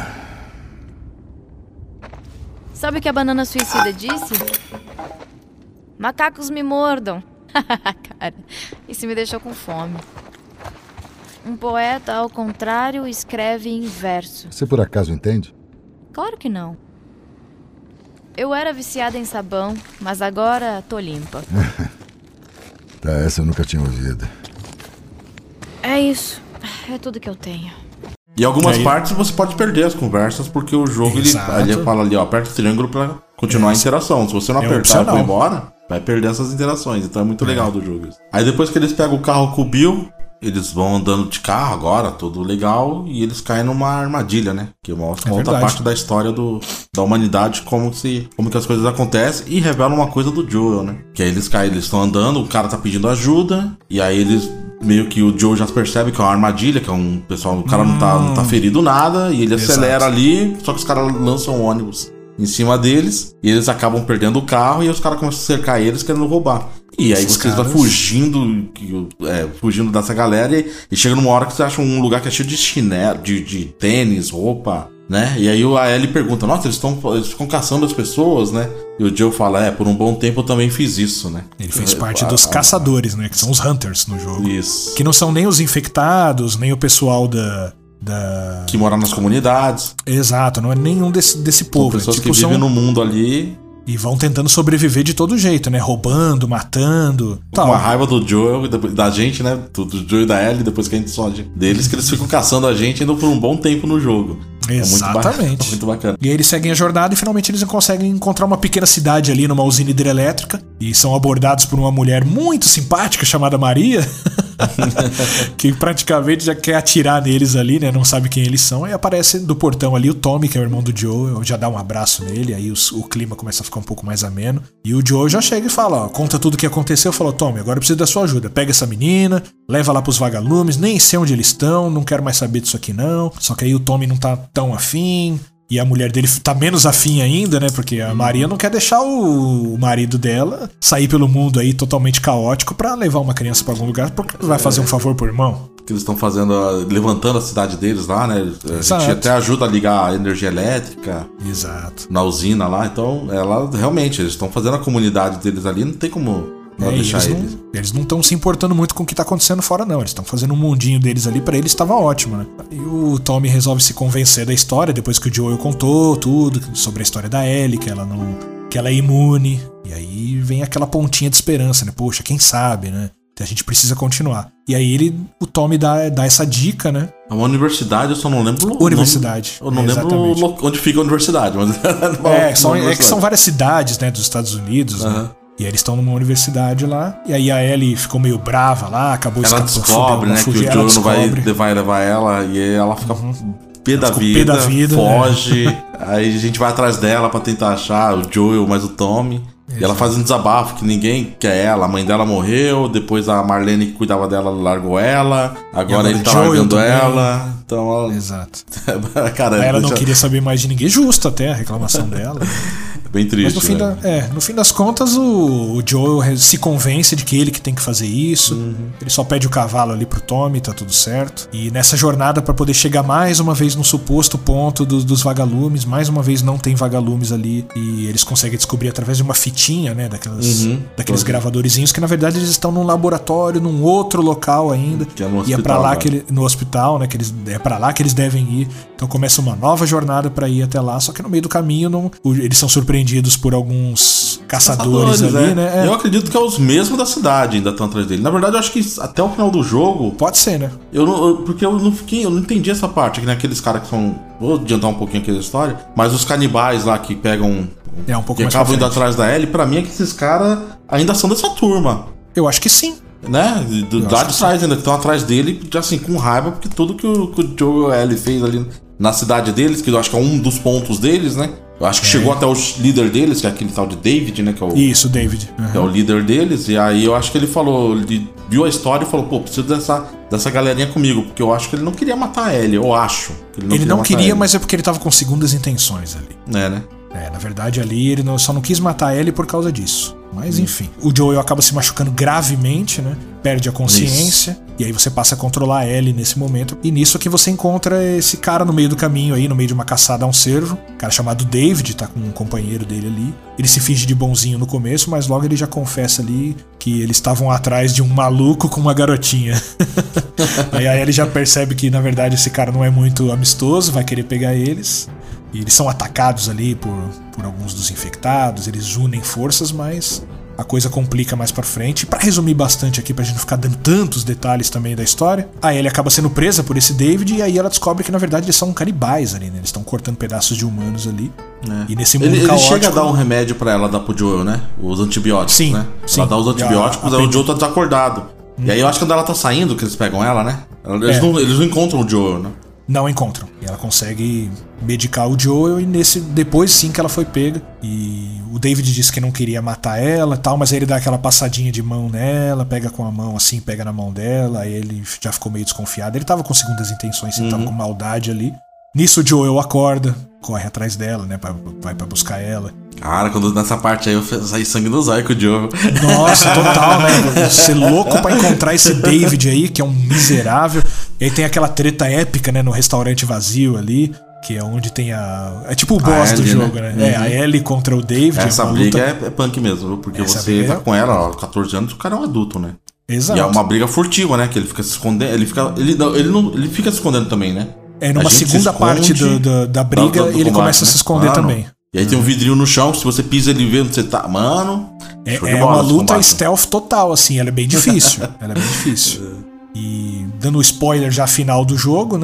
Sabe o que a banana suicida disse? Macacos me mordam. Cara, isso me deixou com fome. Um poeta, ao contrário, escreve em verso. Você por acaso entende? Claro que não. Eu era viciada em sabão, mas agora tô limpa. Tá, essa eu nunca tinha ouvido. É isso. É tudo que eu tenho. E algumas aí... partes você pode perder as conversas, porque o jogo ele, ele fala ali, ó, aperta o triângulo pra continuar é. a interação. Se você não é apertar e for embora, vai perder essas interações. Então é muito é. legal do jogo isso. Aí depois que eles pegam o carro com o Bill, eles vão andando de carro agora, tudo legal, e eles caem numa armadilha, né? Que mostra é outra verdade. parte da história do, da humanidade, como, se, como que as coisas acontecem, e revela uma coisa do Joel, né? Que aí eles caem, eles estão andando, o cara tá pedindo ajuda, e aí eles... Meio que o Joe já percebe que é uma armadilha, que é um pessoal, o cara hum. não, tá, não tá ferido nada, e ele Exato. acelera ali, só que os caras lançam um ônibus em cima deles, e eles acabam perdendo o carro, e os caras começam a cercar eles querendo roubar. E aí Esses vocês caras... vão fugindo, é, fugindo dessa galera, e, e chega numa hora que você acha um lugar que é cheio de chinelo, de, de tênis, roupa, né? E aí a Ellie pergunta, nossa, eles, tão, eles ficam caçando as pessoas, né? E o Joe fala, é, por um bom tempo eu também fiz isso, né? Ele fez parte dos caçadores, né? Que são os Hunters no jogo. Isso. Que não são nem os infectados, nem o pessoal da... da... que mora nas comunidades. Exato, não é nenhum desse, desse povo. São pessoas é, tipo, que vivem são... no mundo ali... E vão tentando sobreviver de todo jeito, né? Roubando, matando. Com tal. a raiva do Joel, da gente, né? Do Joel e da Ellie, depois que a gente sobe deles, que eles ficam caçando a gente ainda por um bom tempo no jogo. Exatamente. É muito, ba- muito bacana. E aí eles seguem a jornada e finalmente eles conseguem encontrar uma pequena cidade ali numa usina hidrelétrica. E são abordados por uma mulher muito simpática chamada Maria. que praticamente já quer atirar neles ali, né? Não sabe quem eles são. Aí aparece do portão ali o Tommy, que é o irmão do Joe, já dá um abraço nele, aí os, o clima começa a ficar um pouco mais ameno. E o Joe já chega e fala, ó, conta tudo o que aconteceu. Falou, Tommy, agora eu preciso da sua ajuda. Pega essa menina, leva lá pros vagalumes, nem sei onde eles estão, não quero mais saber disso aqui não. Só que aí o Tommy não tá tão afim. E a mulher dele tá menos afim ainda, né? Porque a Maria não quer deixar o marido dela sair pelo mundo aí totalmente caótico pra levar uma criança pra algum lugar, porque vai fazer um favor pro irmão. Que eles estão fazendo, levantando a cidade deles lá, né? Exato. A gente até ajuda a ligar a energia elétrica. Exato. Na usina lá. Então, ela realmente, eles estão fazendo a comunidade deles ali, não tem como... É, deixar eles, não, eles não estão se importando muito com o que tá acontecendo fora, não. Eles estão fazendo um mundinho deles ali, pra eles estava ótimo, né? E o Tommy resolve se convencer da história, depois que o Joel contou tudo sobre a história da Ellie, que ela não. que ela é imune. E aí vem aquela pontinha de esperança, né? Poxa, quem sabe, né? A gente precisa continuar. E aí ele, o Tommy dá, dá essa dica, né? É uma universidade, eu só não lembro o Universidade. Eu não é, lembro exatamente. onde fica a universidade. Mas é, são, é que são várias cidades, né, dos Estados Unidos, uhum. né? E eles estão numa universidade lá. E aí a Ellie ficou meio brava lá, acabou ela descobre, né, fugir, que o Joe não vai, vai levar ela. E aí ela fica uhum. pé, da vida, pé da vida, foge. Né? Aí a gente vai atrás dela pra tentar achar o Joel mais o Tommy. Exato. E ela faz um desabafo que ninguém quer ela. A mãe dela morreu, depois a Marlene que cuidava dela largou ela. Agora, agora ele tá Joel largando também. ela. Então ela... Exato. Caramba, ela não já... queria saber mais de ninguém. Justo até a reclamação dela. Bem triste, mas no fim, né? da, é, no fim das contas, o, o Joel se convence de que ele que tem que fazer isso. Uhum. Ele só pede o cavalo ali pro Tommy, tá tudo certo. E nessa jornada pra poder chegar mais uma vez no suposto ponto do, dos vagalumes, mais uma vez não tem vagalumes ali. E eles conseguem descobrir através de uma fitinha, né? Daquelas, uhum. Daqueles uhum. gravadorzinhos que na verdade eles estão num laboratório, num outro local ainda. Que é no hospital, e é pra lá, né? que ele, no hospital, né? Que eles, é pra lá que eles devem ir. Então começa uma nova jornada pra ir até lá. Só que no meio do caminho não, eles são surpreendidos por alguns caçadores, caçadores ali, é. né? É. Eu acredito que é os mesmos da cidade ainda estão atrás dele. Na verdade, eu acho que até o final do jogo... Pode ser, né? Eu não, eu, porque eu não fiquei, eu não entendi essa parte, que nem aqueles caras que são... Vou adiantar um pouquinho aqui da história, mas os canibais lá que pegam... É, um pouco que mais acabam indo atrás da Ellie, pra mim é que esses caras ainda são dessa turma. Eu acho que sim. Né? Do, lá de trás ainda, que estão atrás dele, assim, com raiva, porque tudo que o, que o Joe e a Ellie fez ali na cidade deles, que eu acho que é um dos pontos deles, né? Eu acho que é. chegou até o líder deles, que é aquele tal de David, né? Que é o, Isso, David. Uhum. Que é o líder deles. E aí eu acho que ele falou, ele viu a história e falou, pô, preciso dessa, dessa galerinha comigo. Porque eu acho que ele não queria matar a Ellie, eu acho. Que ele não ele queria, não queria mas é porque ele tava com segundas intenções ali. É, né? É, na verdade ali ele não, só não quis matar a Ellie por causa disso. Mas enfim, o Joel acaba se machucando gravemente, né? Perde a consciência. Isso. E aí você passa a controlar a Ellie nesse momento. E nisso que você encontra esse cara no meio do caminho aí, no meio de uma caçada a um cervo. Um cara chamado David, tá com um companheiro dele ali. Ele se finge de bonzinho no começo, mas logo ele já confessa ali que eles estavam atrás de um maluco com uma garotinha. Aí a Ellie já percebe que na verdade esse cara não é muito amistoso, vai querer pegar eles. E eles são atacados ali por, por alguns dos infectados, eles unem forças, mas a coisa complica mais pra frente. E pra resumir bastante aqui, pra gente não ficar dando tantos detalhes também da história, a Ellie acaba sendo presa por esse David e aí ela descobre que na verdade eles são canibais ali, né? Eles estão cortando pedaços de humanos ali. É. E nesse mundo ele, caótico... Ele chega a dar um remédio pra ela dar pro Joel, né? Os antibióticos, sim, né? Sim. Ela dá os antibióticos, aí o Joel tá desacordado. Hum. E aí eu acho que quando ela tá saindo, que eles pegam ela, né? Eles, é. não, eles não encontram o Joel, né? Não encontram. E ela consegue medicar o Joel e nesse, depois sim que ela foi pega. E o David disse que não queria matar ela e tal, mas aí ele dá aquela passadinha de mão nela, pega com a mão assim, pega na mão dela, aí ele já ficou meio desconfiado. Ele tava com segundas intenções, ele uhum. tava com maldade ali. Nisso o Joel acorda, corre atrás dela, né, pra, vai pra buscar ela. Cara, quando nessa parte aí eu saí sangue no zóio com o Joel. Nossa, total, né? Você louco pra encontrar esse David aí, que é um miserável. E aí tem aquela treta épica, né, no restaurante vazio ali, que é onde tem a... É tipo o boss Ellie, do jogo, né? né? Uhum. É, a Ellie contra o David. Essa é briga luta... é, é punk mesmo, porque Essa você tá é... com ela, ó, catorze anos, o cara é um adulto, né? Exato. E é uma briga furtiva, né? Que ele fica se escondendo, ele fica... Ele, não, ele, não, ele fica se escondendo também, né? É, numa segunda parte do, do, da briga, do, do ele combate, começa né? a se esconder Mano. também. E aí tem um vidrinho no chão, se você pisa ele vê onde você tá. Mano. É, é uma luta stealth total, assim. Ela é bem difícil. Ela é bem difícil. E dando o spoiler já final do jogo, né?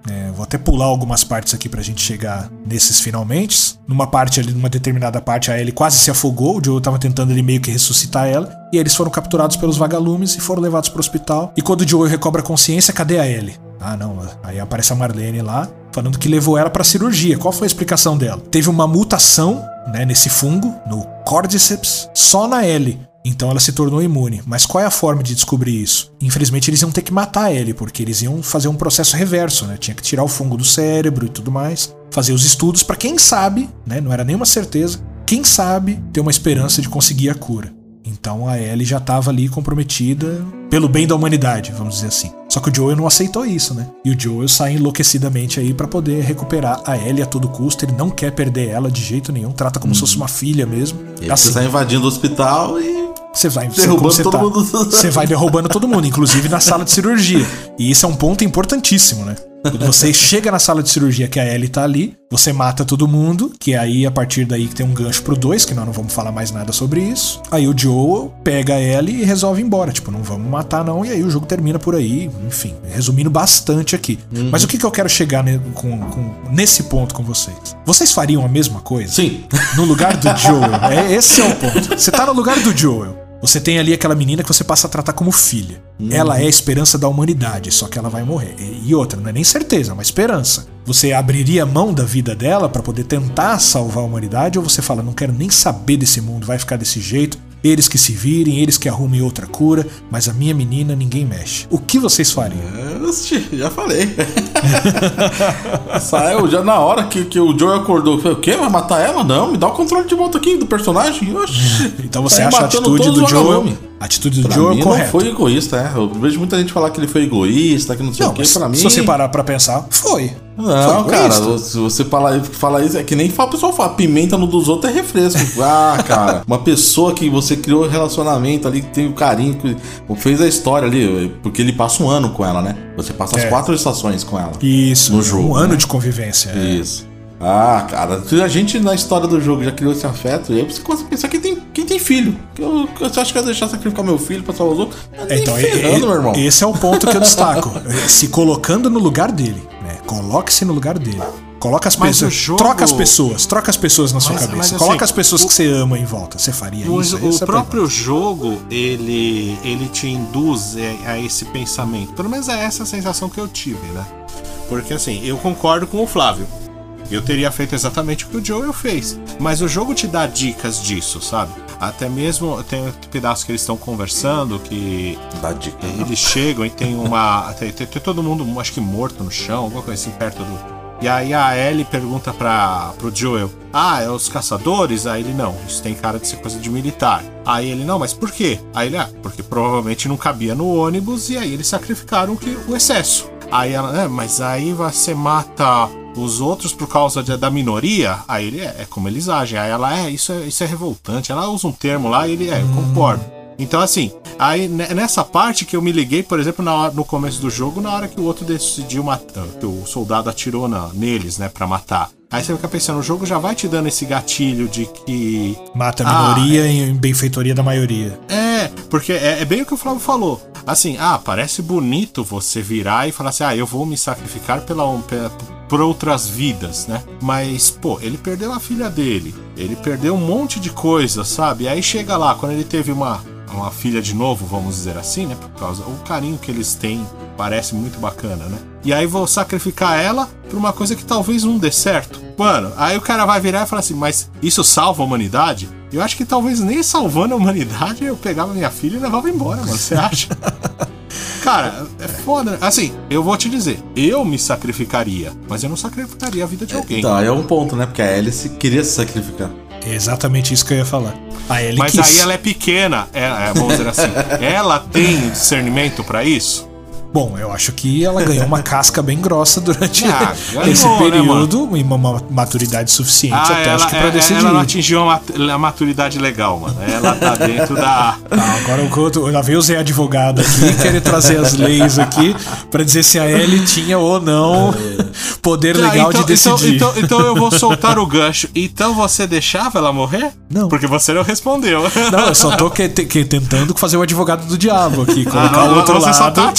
É, vou até pular algumas partes aqui pra gente chegar nesses finalmente. Numa parte ali, numa determinada parte, a Ellie quase se afogou. O Joel tava tentando ali meio que ressuscitar ela. E eles foram capturados pelos vagalumes e foram levados pro hospital. E quando o Joel recobra a consciência, cadê a Ellie? Ah, não. Aí aparece a Marlene lá, falando que levou ela pra cirurgia. Qual foi a explicação dela? Teve uma mutação, né, nesse fungo, no Cordyceps, só na Ellie. Então ela se tornou imune. Mas qual é a forma de descobrir isso? Infelizmente eles iam ter que matar a Ellie, porque eles iam fazer um processo reverso, né? Tinha que tirar o fungo do cérebro e tudo mais. Fazer os estudos pra quem sabe, né? Não era nenhuma certeza. Quem sabe ter uma esperança de conseguir a cura. Então a Ellie já estava ali comprometida pelo bem da humanidade, vamos dizer assim. Só que o Joel não aceitou isso, né? E o Joel sai enlouquecidamente aí pra poder recuperar a Ellie a todo custo. Ele não quer perder ela de jeito nenhum, trata como hum. se fosse uma filha mesmo. E assim, você tá invadindo o hospital e... Você vai derrubando você todo tá, mundo. Você vai derrubando todo mundo, inclusive na sala de cirurgia. E isso é um ponto importantíssimo, né? Quando você chega na sala de cirurgia que a Ellie tá ali, você mata todo mundo, que é aí a partir daí que tem um gancho pro dois, que nós não vamos falar mais nada sobre isso. Aí o Joel pega a Ellie e resolve ir embora, tipo, não vamos matar não, e aí o jogo termina por aí, enfim, resumindo bastante aqui. Uhum. Mas o que, que eu quero chegar ne- com, com, nesse ponto com vocês? Vocês fariam a mesma coisa? Sim. No lugar do Joel, é, esse é o ponto. Você tá no lugar do Joel. Você tem ali aquela menina que você passa a tratar como filha. Uhum. Ela é a esperança da humanidade, só que ela vai morrer. E outra, não é nem certeza, é uma esperança. Você abriria a mão da vida dela pra poder tentar salvar a humanidade, ou você fala, não quero nem saber desse mundo, vai ficar desse jeito, eles que se virem, eles que arrumem outra cura, mas a minha menina ninguém mexe. O que vocês fariam? Eu já falei. Saiu já na hora que, que o Joel acordou. Falei, o quê? Vai matar ela? Não, me dá o controle de volta aqui do personagem. Oxi. Então você acha a atitude do Joel... A atitude do pra Joel mim é correta. Não foi egoísta, é. Eu vejo muita gente falar que ele foi egoísta, que não sei não, o que. Pra mim. Se você parar pra pensar, foi. Não, foi cara, se você falar fala isso, é que nem o pessoal fala, pimenta no dos outros é refresco. Ah, cara, uma pessoa que você criou relacionamento ali, que tem o carinho, que fez a história ali, porque ele passa um ano com ela, né? Você passa é. as quatro estações com ela. Isso, no jogo, um ano né? de convivência. Isso. É. Ah, cara, a gente na história do jogo já criou esse afeto, e aí você começa a pensar quem tem, quem tem filho. Eu, você acha que eu ia deixar sacrificar meu filho pra salvar os outros? É, então, ferrando, meu irmão. Esse é o ponto que eu destaco. Se colocando no lugar dele, né? Coloque-se no lugar dele. Coloca as pessoas. Jogo... Troca as pessoas. Troca as pessoas na sua mas, cabeça. Mas, assim, coloca as pessoas o... que você ama em volta. Você faria o, isso? O, o próprio jogo, ele, ele te induz a esse pensamento. Pelo menos é essa a sensação que eu tive, né? Porque assim, eu concordo com o Flávio. Eu teria feito exatamente o que o Joel fez. Mas o jogo te dá dicas disso, sabe? Até mesmo tem um pedaço que eles estão conversando que dá dica, eles não. chegam e tem uma tem, tem, tem todo mundo, acho que morto no chão, alguma coisa assim perto do. E aí a Ellie pergunta para pro Joel: "Ah, é os caçadores?" Aí ele: "Não, isso tem cara de ser coisa de militar." Aí ele: "Não, mas por quê?" Aí ele: "Ah, porque provavelmente não cabia no ônibus e aí eles sacrificaram que, o excesso." Aí ela: "É, mas aí você mata os outros por causa de, da minoria?" Aí ele: é, é como eles agem. Aí ela: é isso, é, isso é revoltante. Ela usa um termo lá e ele: é, eu concordo. Então assim, aí nessa parte que eu me liguei, por exemplo, na hora, no começo do jogo, na hora que o outro decidiu matar, que o soldado atirou na, neles, né, pra matar. Aí você fica pensando, o jogo já vai te dando esse gatilho de que... Mata a minoria ah, é, em benfeitoria da maioria. É, porque é, é bem o que o Flávio falou. Assim, ah, parece bonito você virar e falar assim, ah, eu vou me sacrificar pela, pela, por outras vidas, né? Mas, pô, ele perdeu a filha dele, ele perdeu um monte de coisa, sabe? Aí chega lá, quando ele teve uma, uma filha de novo, vamos dizer assim, né? Por causa o carinho que eles têm, parece muito bacana, né? E aí vou sacrificar ela por uma coisa que talvez não dê certo. Mano, aí o cara vai virar e falar assim, mas isso salva a humanidade? Eu acho que talvez nem salvando a humanidade eu pegava minha filha e levava embora, mano. Você acha? Cara, é foda. Assim, eu vou te dizer, eu me sacrificaria, mas eu não sacrificaria a vida de alguém. Então, aí é um ponto, né? Porque a Ellie queria se sacrificar. É exatamente isso que eu ia falar. A Ellie mas quis. Aí ela é pequena, é, é, vamos dizer assim. Ela tem discernimento pra isso? Bom, eu acho que ela ganhou uma casca bem grossa durante ah, ganhou, esse período, né, e uma maturidade suficiente ah, até ela, acho que pra é, decidir. Ela não atingiu a maturidade legal, mano. Ela tá dentro da... Ah, agora eu, já veio o Zé advogado aqui, querer trazer as leis aqui pra dizer se a Ellie tinha ou não poder legal então, de decidir. Então, então, então eu vou soltar o gancho. Então você deixava ela morrer? Não. Porque você não respondeu. Não, eu só tô que, que, tentando fazer o advogado do diabo aqui, colocar ah, o outro você lado. Você só tá atiçando.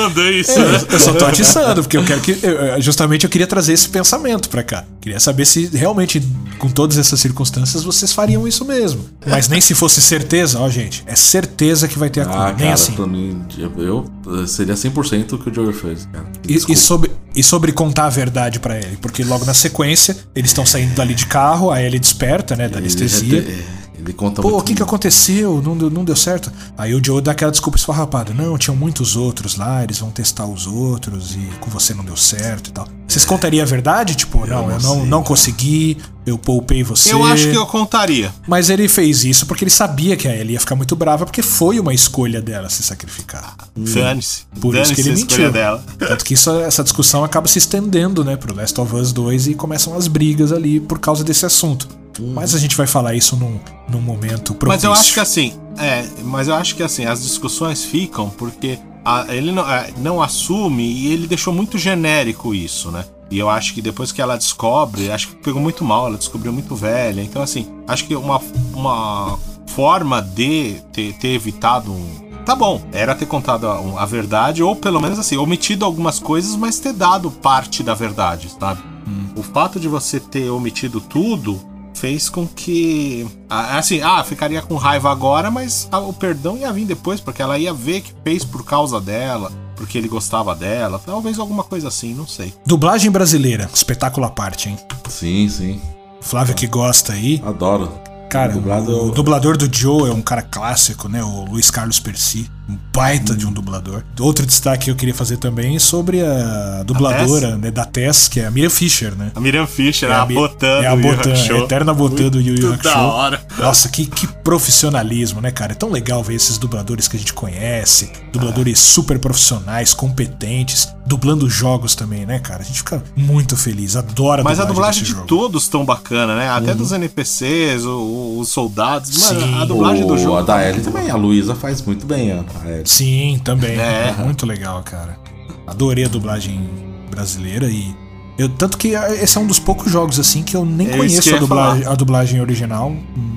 atiçando, é isso? É, eu só tô atiçando, porque eu quero que. Eu, justamente eu queria trazer esse pensamento pra cá. Queria saber se realmente, com todas essas circunstâncias, vocês fariam isso mesmo. Mas nem se fosse certeza, ó, gente. É certeza que vai ter a cura. Ah, nem cara, assim. Pra mim, eu, eu seria cem por cento o que o Joey fez, cara. E, e, sobre, e sobre contar a verdade pra ele. Porque logo na sequência, eles estão saindo dali de carro, aí ele desperta, né, da anestesia. Ele, ele conta Pô, muito o que que muito. aconteceu? Não deu, não deu certo? Aí o Joe dá aquela desculpa esfarrapada. Não, tinham muitos outros lá, eles vão testar os outros e com você não deu certo e tal. Vocês contariam a verdade? Tipo, eu não, eu não, não consegui, eu poupei você. Eu acho que eu contaria. Mas ele fez isso porque ele sabia que a Ellie ia ficar muito brava, porque foi uma escolha dela se sacrificar. Dane-se. Por Dane-se isso que ele a mentiu. escolha dela. Tanto que isso, essa discussão acaba se estendendo, né, pro Last of Us dois e começam as brigas ali por causa desse assunto. Mas a gente vai falar isso num, num momento propício. Mas eu acho que assim, é, mas eu acho que assim, as discussões ficam porque a, ele não, a, não assume e ele deixou muito genérico isso, né? E eu acho que depois que ela descobre, acho que pegou muito mal, ela descobriu muito velha. Então assim, acho que uma, uma forma de ter, ter evitado um... Tá bom, era ter contado a, a verdade, ou pelo menos assim, omitido algumas coisas, mas ter dado parte da verdade, sabe? Hum. O fato de você ter omitido tudo fez com que, assim, ah, ficaria com raiva agora, mas o perdão ia vir depois, porque ela ia ver que fez por causa dela, porque ele gostava dela, talvez alguma coisa assim, não sei. Dublagem brasileira, espetáculo à parte, hein? Sim, sim. Flávio que gosta aí. Adoro. Cara, o, o dublador do Joe é um cara clássico, né? O Luiz Carlos Percy, um baita hum. de um dublador. Outro destaque que eu queria fazer também é sobre a dubladora a né, da Tess, que é a Miriam Fisher, né? A Miriam Fisher, é a, a Botã é a Botã, a eterna Botã do Yu Yu Hakusho. Da hora. Nossa, que, que profissionalismo, né, cara? É tão legal ver esses dubladores que a gente conhece, dubladores ah. super profissionais, competentes, dublando jogos também, né, cara? A gente fica muito feliz, adora a Mas dublagem a dublagem de jogo. todos tão bacana, né? Até uhum. dos N P Cs, o, os soldados. Mano, Sim. a dublagem o, do jogo. A da Ellie também, a Luísa faz muito bem a Ellie. Sim, também. É. é muito legal, cara. Adorei a dublagem brasileira e eu, tanto que esse é um dos poucos jogos assim que eu nem é conheço a dublagem, a dublagem original.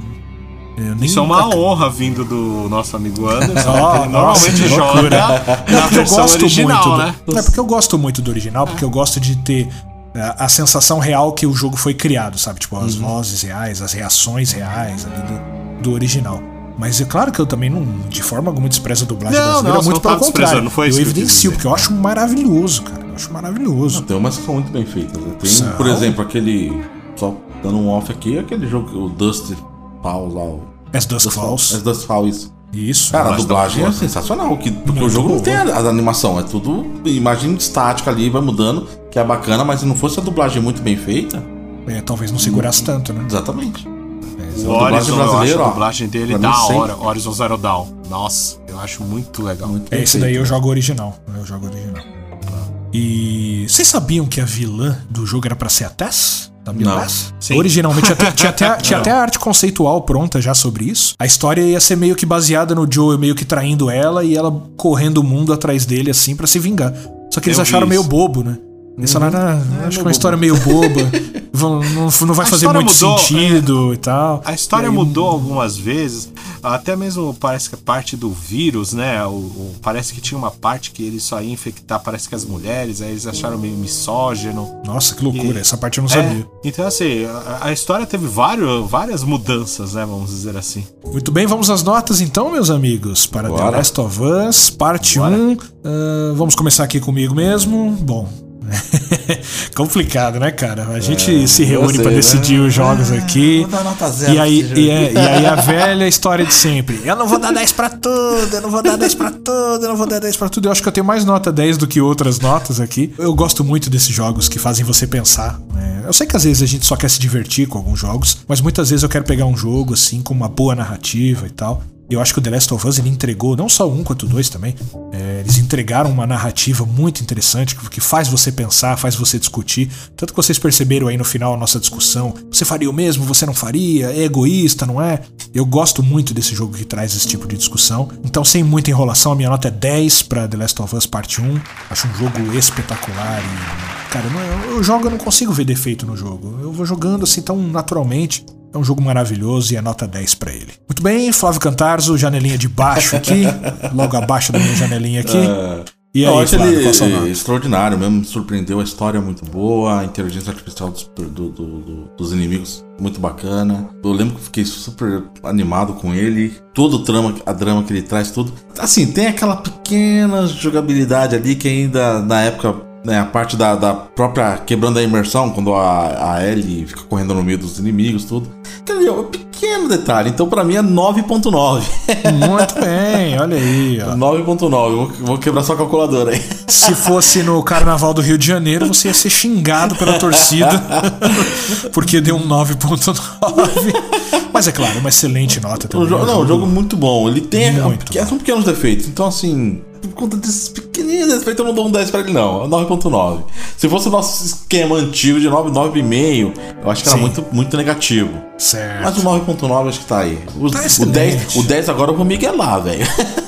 Eu nem Isso é uma honra vindo do nosso amigo Anderson. Oh, ele normalmente nossa, joga na versão original, muito né? Do, é porque eu gosto muito do original, porque eu gosto de ter a, a sensação real que o jogo foi criado, sabe? Tipo, as uhum. vozes reais, as reações reais ali do, do original. Mas é claro que eu também não, de forma alguma, desprezo a dublagem não, brasileira, não, muito pelo contrário. Não foi eu evidencio, porque eu acho maravilhoso, cara. Eu acho maravilhoso. Não, tem umas que são muito bem feitas. Tem, São. por exemplo, aquele. Só dando um off aqui, aquele jogo, o Dust Falls lá. O As Dusk Falls. As Dust Falls. Isso. Cara, a dublagem é sensacional. Que, porque muito o jogo bom. Não tem a, a animação, é tudo imagem estática ali, vai mudando, que é bacana, mas se não fosse a dublagem muito bem feita. É, talvez não segurasse hum. tanto, né? Exatamente. O Horizon, eu acho a dublagem dele da hora, Horizon Zero Dawn. Nossa, eu acho muito legal. Muito é, esse daí eu jogo original. Eu jogo original. E vocês sabiam que a vilã do jogo era pra ser a Tess? Da Não. Sim. Originalmente tinha até, tinha, até, tinha até a arte conceitual pronta já sobre isso. A história ia ser meio que baseada no Joe meio que traindo ela e ela correndo o mundo atrás dele assim pra se vingar. Só que eles eu acharam meio bobo, né? Eles falaram, ah, é, acho que é uma história meio boba, não, não vai fazer muito mudou, sentido é, e tal. A história aí, mudou algumas vezes, até mesmo parece que a parte do vírus, né? O, o, parece que tinha uma parte que ele só ia infectar, parece que as mulheres, aí eles acharam meio misógino. Nossa, que loucura, e, essa parte eu não é, sabia. Então, assim, a, a história teve vários, várias mudanças, né? Vamos dizer assim. Muito bem, vamos às notas então, meus amigos, para Bora. The Last of Us, parte um. Uh, vamos começar aqui comigo mesmo. Bom. Complicado, né, cara? A gente é, se reúne sei, pra decidir né? os jogos aqui. Vou dar nota zero e, aí, e, é, e aí a velha história de sempre. Eu não vou dar dez pra tudo, eu não vou dar dez pra tudo, eu não vou dar dez pra tudo. Eu acho que eu tenho mais nota dez do que outras notas aqui. Eu gosto muito desses jogos que fazem você pensar, né? Eu sei que às vezes a gente só quer se divertir com alguns jogos, mas muitas vezes eu quero pegar um jogo assim com uma boa narrativa e tal. Eu acho que o The Last of Us ele entregou, não só um quanto dois também, é, eles entregaram uma narrativa muito interessante que faz você pensar, faz você discutir. Tanto que vocês perceberam aí no final a nossa discussão, você faria o mesmo, você não faria, é egoísta, não é? Eu gosto muito desse jogo que traz esse tipo de discussão. Então, sem muita enrolação, a minha nota é dez pra The Last of Us Parte um. Acho um jogo espetacular e, cara, eu, eu jogo, eu não consigo ver defeito no jogo. Eu vou jogando assim tão naturalmente. É um jogo maravilhoso e a nota dez pra ele. Muito bem, Flávio Cantarzo, janelinha de baixo aqui, logo abaixo da minha janelinha aqui. E eu aí, acho Flávio, ele qual a nota? extraordinário mesmo, me surpreendeu, a história é muito boa, a inteligência artificial dos, do, do, do, dos inimigos muito bacana. Eu lembro que fiquei super animado com ele, todo o trama, a drama que ele traz, tudo. Assim, tem aquela pequena jogabilidade ali que ainda na época, né, a parte da, da própria quebrando a imersão, quando a, a Ellie fica correndo no meio dos inimigos, tudo. Aquele é um pequeno detalhe, então pra mim é nove ponto nove. Muito bem, olha aí, ó. nove ponto nove, vou, vou quebrar sua calculadora aí. Se fosse no Carnaval do Rio de Janeiro, você ia ser xingado pela torcida, porque deu um nove ponto nove. Mas é claro, uma excelente nota também. Um jogo, não, um jogo muito bom. Ele tem. Muito São pequenos defeitos. Então, assim, por conta desses pequeninos defeitos, eu não dou um dez pra ele, não. É nove ponto nove. Se fosse o nosso esquema antigo de nove, nove vírgula cinco, eu acho que era muito, muito negativo. Certo. Mas o nove ponto nove acho que tá aí. O, tá o, dez, o dez agora eu vou miguelar, velho.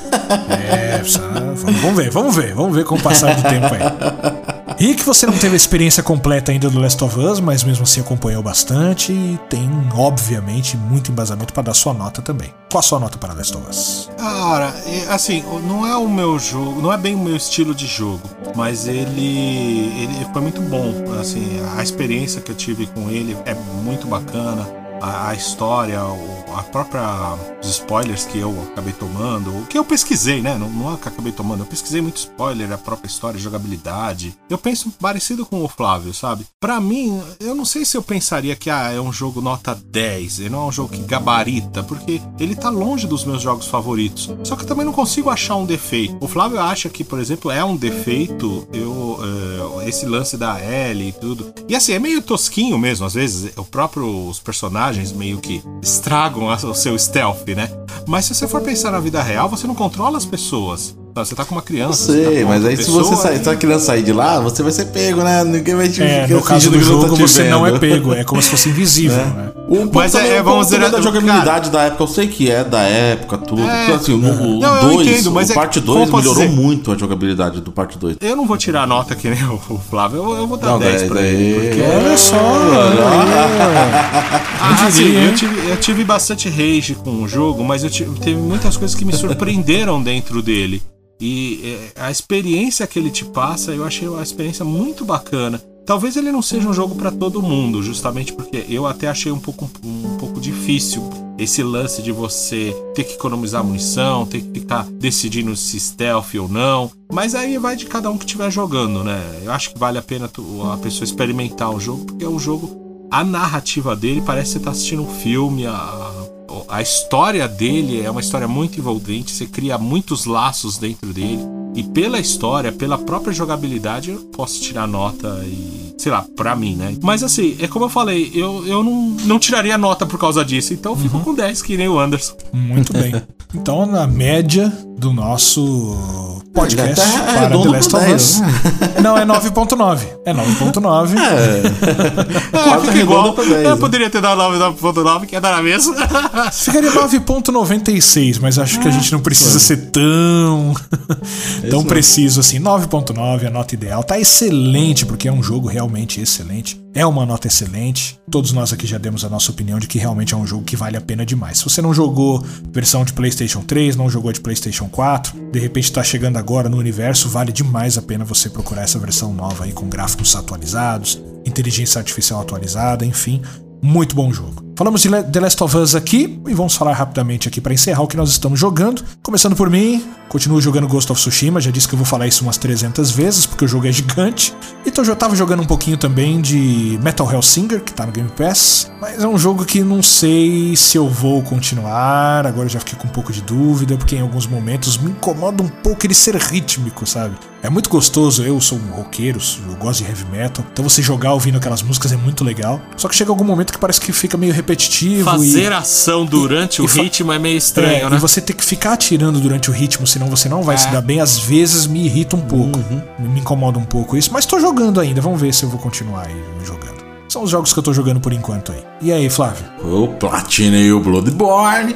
É, vamos ver, vamos ver, vamos ver com o passar do tempo aí. Rick, você não teve a experiência completa ainda do Last of Us, mas mesmo assim acompanhou bastante e tem, obviamente, muito embasamento para dar sua nota também. Qual a sua nota para Last of Us? Cara, assim, não é o meu jogo, não é bem o meu estilo de jogo, mas ele, ele foi muito bom. Assim, a experiência que eu tive com ele é muito bacana. A, a história, a própria os spoilers que eu acabei tomando, o que eu pesquisei, né? Não, não é que eu acabei tomando, eu pesquisei muito spoiler, a própria história, jogabilidade. Eu penso parecido com o Flávio, sabe? Pra mim, eu não sei se eu pensaria que ah, é um jogo nota dez, ele não é um jogo que gabarita, porque ele tá longe dos meus jogos favoritos. Só que eu também não consigo achar um defeito. O Flávio acha que, por exemplo, é um defeito eu, uh, esse lance da Ellie e tudo. E assim, é meio tosquinho mesmo, às vezes, o próprio, os personagens meio que estragam o seu stealth, né? Mas se você for pensar na vida real, você não controla as pessoas. Você tá com uma criança. Eu sei, tá mas aí pessoa, se você sair, aí... se a criança sair de lá, você vai ser pego, né? Ninguém vai te É, no caso do jogo, tá você não é pego, é como se fosse invisível, é. né? O mas é, é, vamos dizer, da jogabilidade cara, da época, eu sei que é da época, tudo. É, porque, assim, o dois, o é, parte dois melhorou dizer? muito a jogabilidade do parte dois. Eu não vou tirar a nota que nem o Flávio, eu, eu vou dar não, dez pra ele. Porque... Olha só! ah, assim, eu, tive, eu tive bastante rage com o jogo, mas eu tive, teve muitas coisas que me surpreenderam dentro dele. E a experiência que ele te passa, eu achei uma experiência muito bacana. Talvez ele não seja um jogo para todo mundo, justamente porque eu até achei um pouco, um pouco difícil esse lance de você ter que economizar munição, ter que ficar decidindo se stealth ou não. Mas aí vai de cada um que estiver jogando, né? Eu acho que vale a pena a pessoa experimentar o jogo, porque é um jogo, a narrativa dele parece que você tá assistindo um filme, a... A história dele é uma história muito envolvente, você cria muitos laços dentro dele. E pela história, pela própria jogabilidade, eu posso tirar nota e... sei lá, pra mim, né? Mas assim, é como eu falei, eu, eu não, não tiraria nota por causa disso. Então eu fico uhum. com dez, que nem o Anderson. Muito bem. Então, na média do nosso podcast é, para The Last of Us... Não, é nove ponto nove. É nove ponto nove. É. é fica igual. dez, eu né? poderia ter dado nove ponto nove, que é dar a mesma. Ficaria nove ponto noventa e seis, mas acho que a gente não precisa ser tão... tão preciso assim. Nove ponto nove é a nota ideal. Tá excelente, porque é um jogo realmente excelente. É uma nota excelente. Todos nós aqui já demos a nossa opinião de que realmente é um jogo que vale a pena demais. Se você não jogou versão de PlayStation três, não jogou de PlayStation quatro, de repente tá chegando agora no universo, vale demais a pena você procurar essa versão nova aí com gráficos atualizados, inteligência artificial atualizada, enfim. Muito bom jogo. Falamos de The Last of Us aqui e vamos falar rapidamente aqui para encerrar o que nós estamos jogando. Começando por mim, continuo jogando Ghost of Tsushima, já disse que eu vou falar isso umas trezentas vezes porque o jogo é gigante. Então eu tava jogando um pouquinho também de Metal Hellsinger, que tá no Game Pass, mas é um jogo que não sei se eu vou continuar, agora eu já fiquei com um pouco de dúvida, porque em alguns momentos me incomoda um pouco ele ser rítmico, sabe? É muito gostoso, eu sou um roqueiro, eu gosto de heavy metal, então você jogar ouvindo aquelas músicas é muito legal, só que chega algum momento que parece que fica meio repetitivo. Fazer e, ação durante e, o e ritmo é meio estranho, é, né? E você ter que ficar atirando durante o ritmo, senão você não vai é. se dar bem, às vezes me irrita um pouco, uhum. me incomoda um pouco isso, mas tô jogando ainda, vamos ver se eu vou continuar aí jogando. São os jogos que eu tô jogando por enquanto aí. E aí, Flávio? Eu platinei o Bloodborne.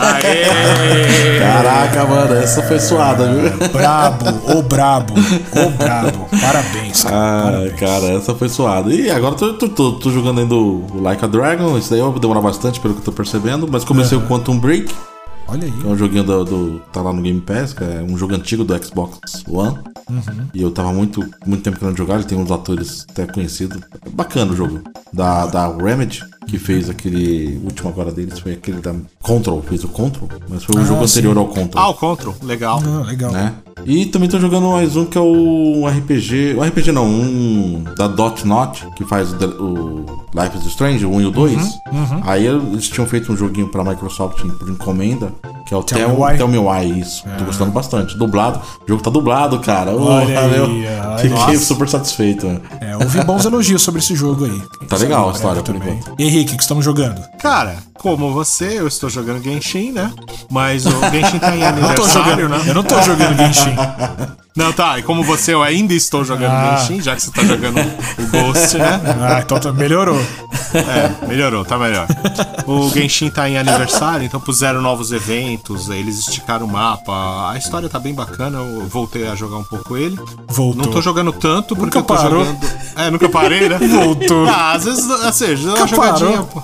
Aê! Caraca, mano, essa foi suada, viu? Brabo, ô brabo, ô brabo. Parabéns, cara. Ah, Parabéns. cara, essa foi suada. E agora tô, tô, tô, tô jogando ainda o Like a Dragon. Isso daí vai demorar bastante, pelo que eu tô percebendo. Mas comecei uhum. o Quantum Break. Olha aí. É um joguinho do, do. Tá lá no Game Pass, que é um jogo antigo do Xbox One. Uhum. E eu tava muito, muito tempo querendo jogar, ele tem uns atores até conhecidos. Bacana o jogo. Da, da Remedy, que fez aquele. O último agora deles foi aquele da Control, fez o Control, mas foi o ah, jogo sim. anterior ao Control. Ah, o Control, legal. Ah, legal. Né? E também tô jogando mais um que é o R P G. O R P G não, um da Dot Not, que faz o, o Life is Strange, o um e o dois. Uhum, uhum. Aí eles tinham feito um joguinho pra Microsoft por encomenda, que é o Tell, Tell, Me, Tell Me Why, isso. É. Tô gostando bastante. Dublado. O jogo tá dublado, cara. Olha aí, eu fiquei super satisfeito. Né? É, ouvi bons elogios sobre esse jogo aí. Tá legal a história por enquanto. E Henrique, o que estamos jogando? Cara, como você, eu estou jogando Genshin, né? Mas o Genshin tá em aniversário, eu tô jogando, né? Eu não tô jogando Genshin. Não, tá, e como você, eu ainda estou jogando ah. Genshin, já que você tá jogando o Ghost, né? Ah, então tá, melhorou. É, melhorou, tá melhor. O Genshin tá em aniversário, então puseram novos eventos, eles esticaram o mapa. A história tá bem bacana, eu voltei a jogar um pouco ele. Voltou. Não tô jogando tanto, porque nunca eu tô parou. jogando... É, nunca parei, né? Voltou. Ah, às vezes, ou seja, uma jogadinha, pô.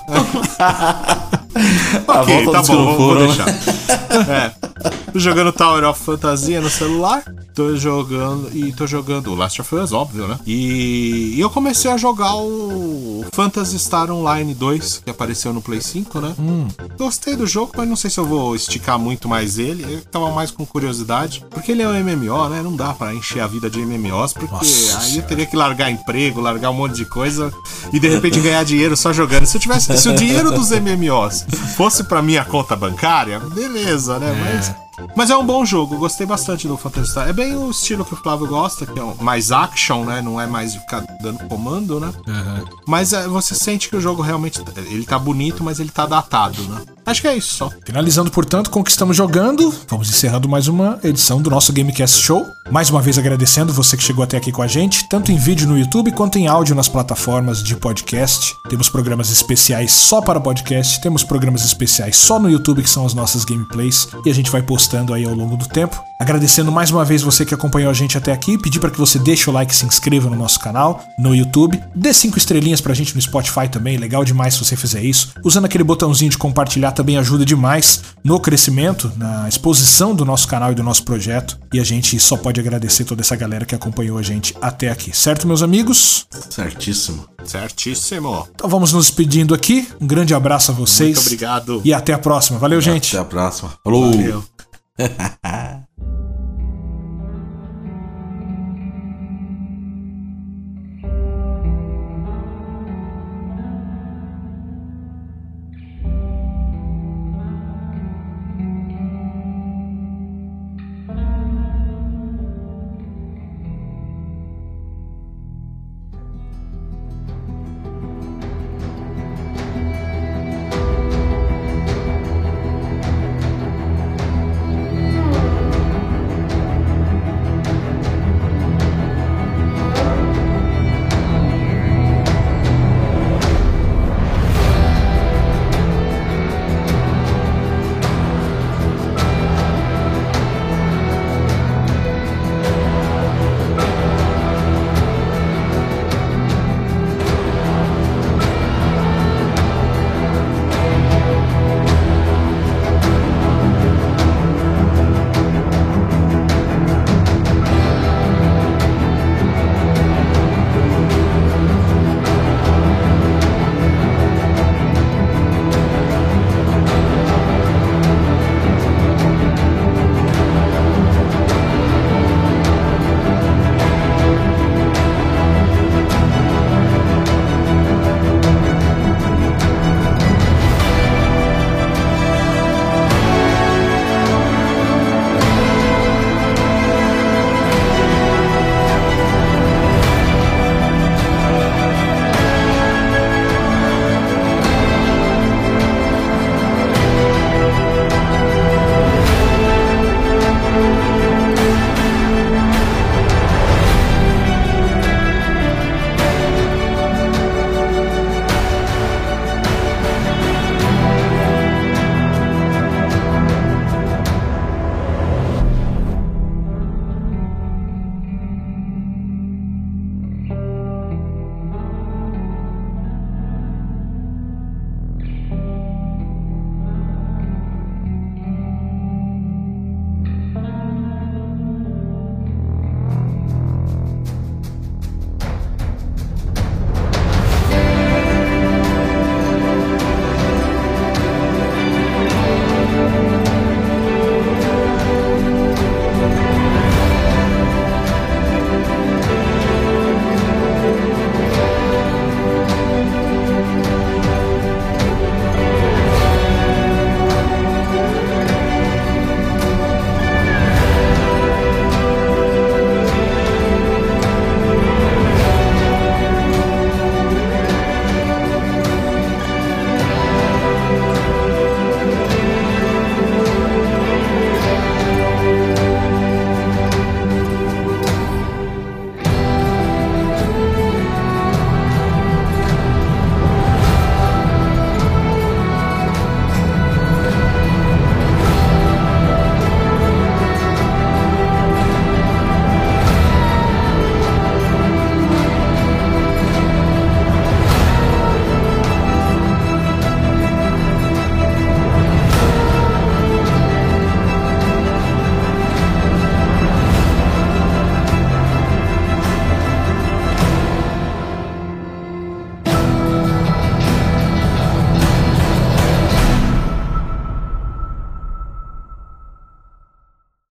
Ok, tá bom, vou, vou deixar. É. Tô jogando Tower of Fantasia no celular. Tô jogando. E tô jogando Last of Us, óbvio, né? E, e eu comecei a jogar o Phantasy Star Online dois, que apareceu no Play cinco, né? Hum. Gostei do jogo, mas não sei se eu vou esticar muito mais ele. Eu tava mais com curiosidade. Porque ele é um M M O, né? Não dá pra encher a vida de M M Os, porque Nossa, aí eu teria que largar emprego, largar um monte de coisa e de repente ganhar dinheiro só jogando. Se eu tivesse. Se o dinheiro dos M M Os fosse pra minha conta bancária, beleza, né? É. Mas. Mas é um bom jogo, gostei bastante do Phantasy Star. É bem o estilo que o Flávio gosta, que é um, mais action, né? Não é mais ficar dando comando, né? Uhum. Mas é, você sente que o jogo realmente... Ele tá bonito, mas ele tá datado, né? Acho que é isso só. Finalizando, portanto, com o que estamos jogando, vamos encerrando mais uma edição do nosso GameCast Show. Mais uma vez agradecendo você que chegou até aqui com a gente, tanto em vídeo no YouTube quanto em áudio nas plataformas de podcast. Temos programas especiais só para podcast, temos programas especiais só no YouTube, que são as nossas gameplays, e a gente vai postando aí ao longo do tempo. Agradecendo mais uma vez você que acompanhou a gente até aqui, pedir para que você deixe o like e se inscreva no nosso canal, no YouTube, dê cinco estrelinhas pra gente no Spotify também, legal demais se você fizer isso. Usando aquele botãozinho de compartilhar também ajuda demais no crescimento, na exposição do nosso canal e do nosso projeto, e a gente só pode agradecer toda essa galera que acompanhou a gente até aqui, certo, meus amigos? Certíssimo. Certíssimo. Então vamos nos despedindo aqui, um grande abraço a vocês. Muito obrigado. E até a próxima, valeu, gente. Até a próxima. Falou. Valeu.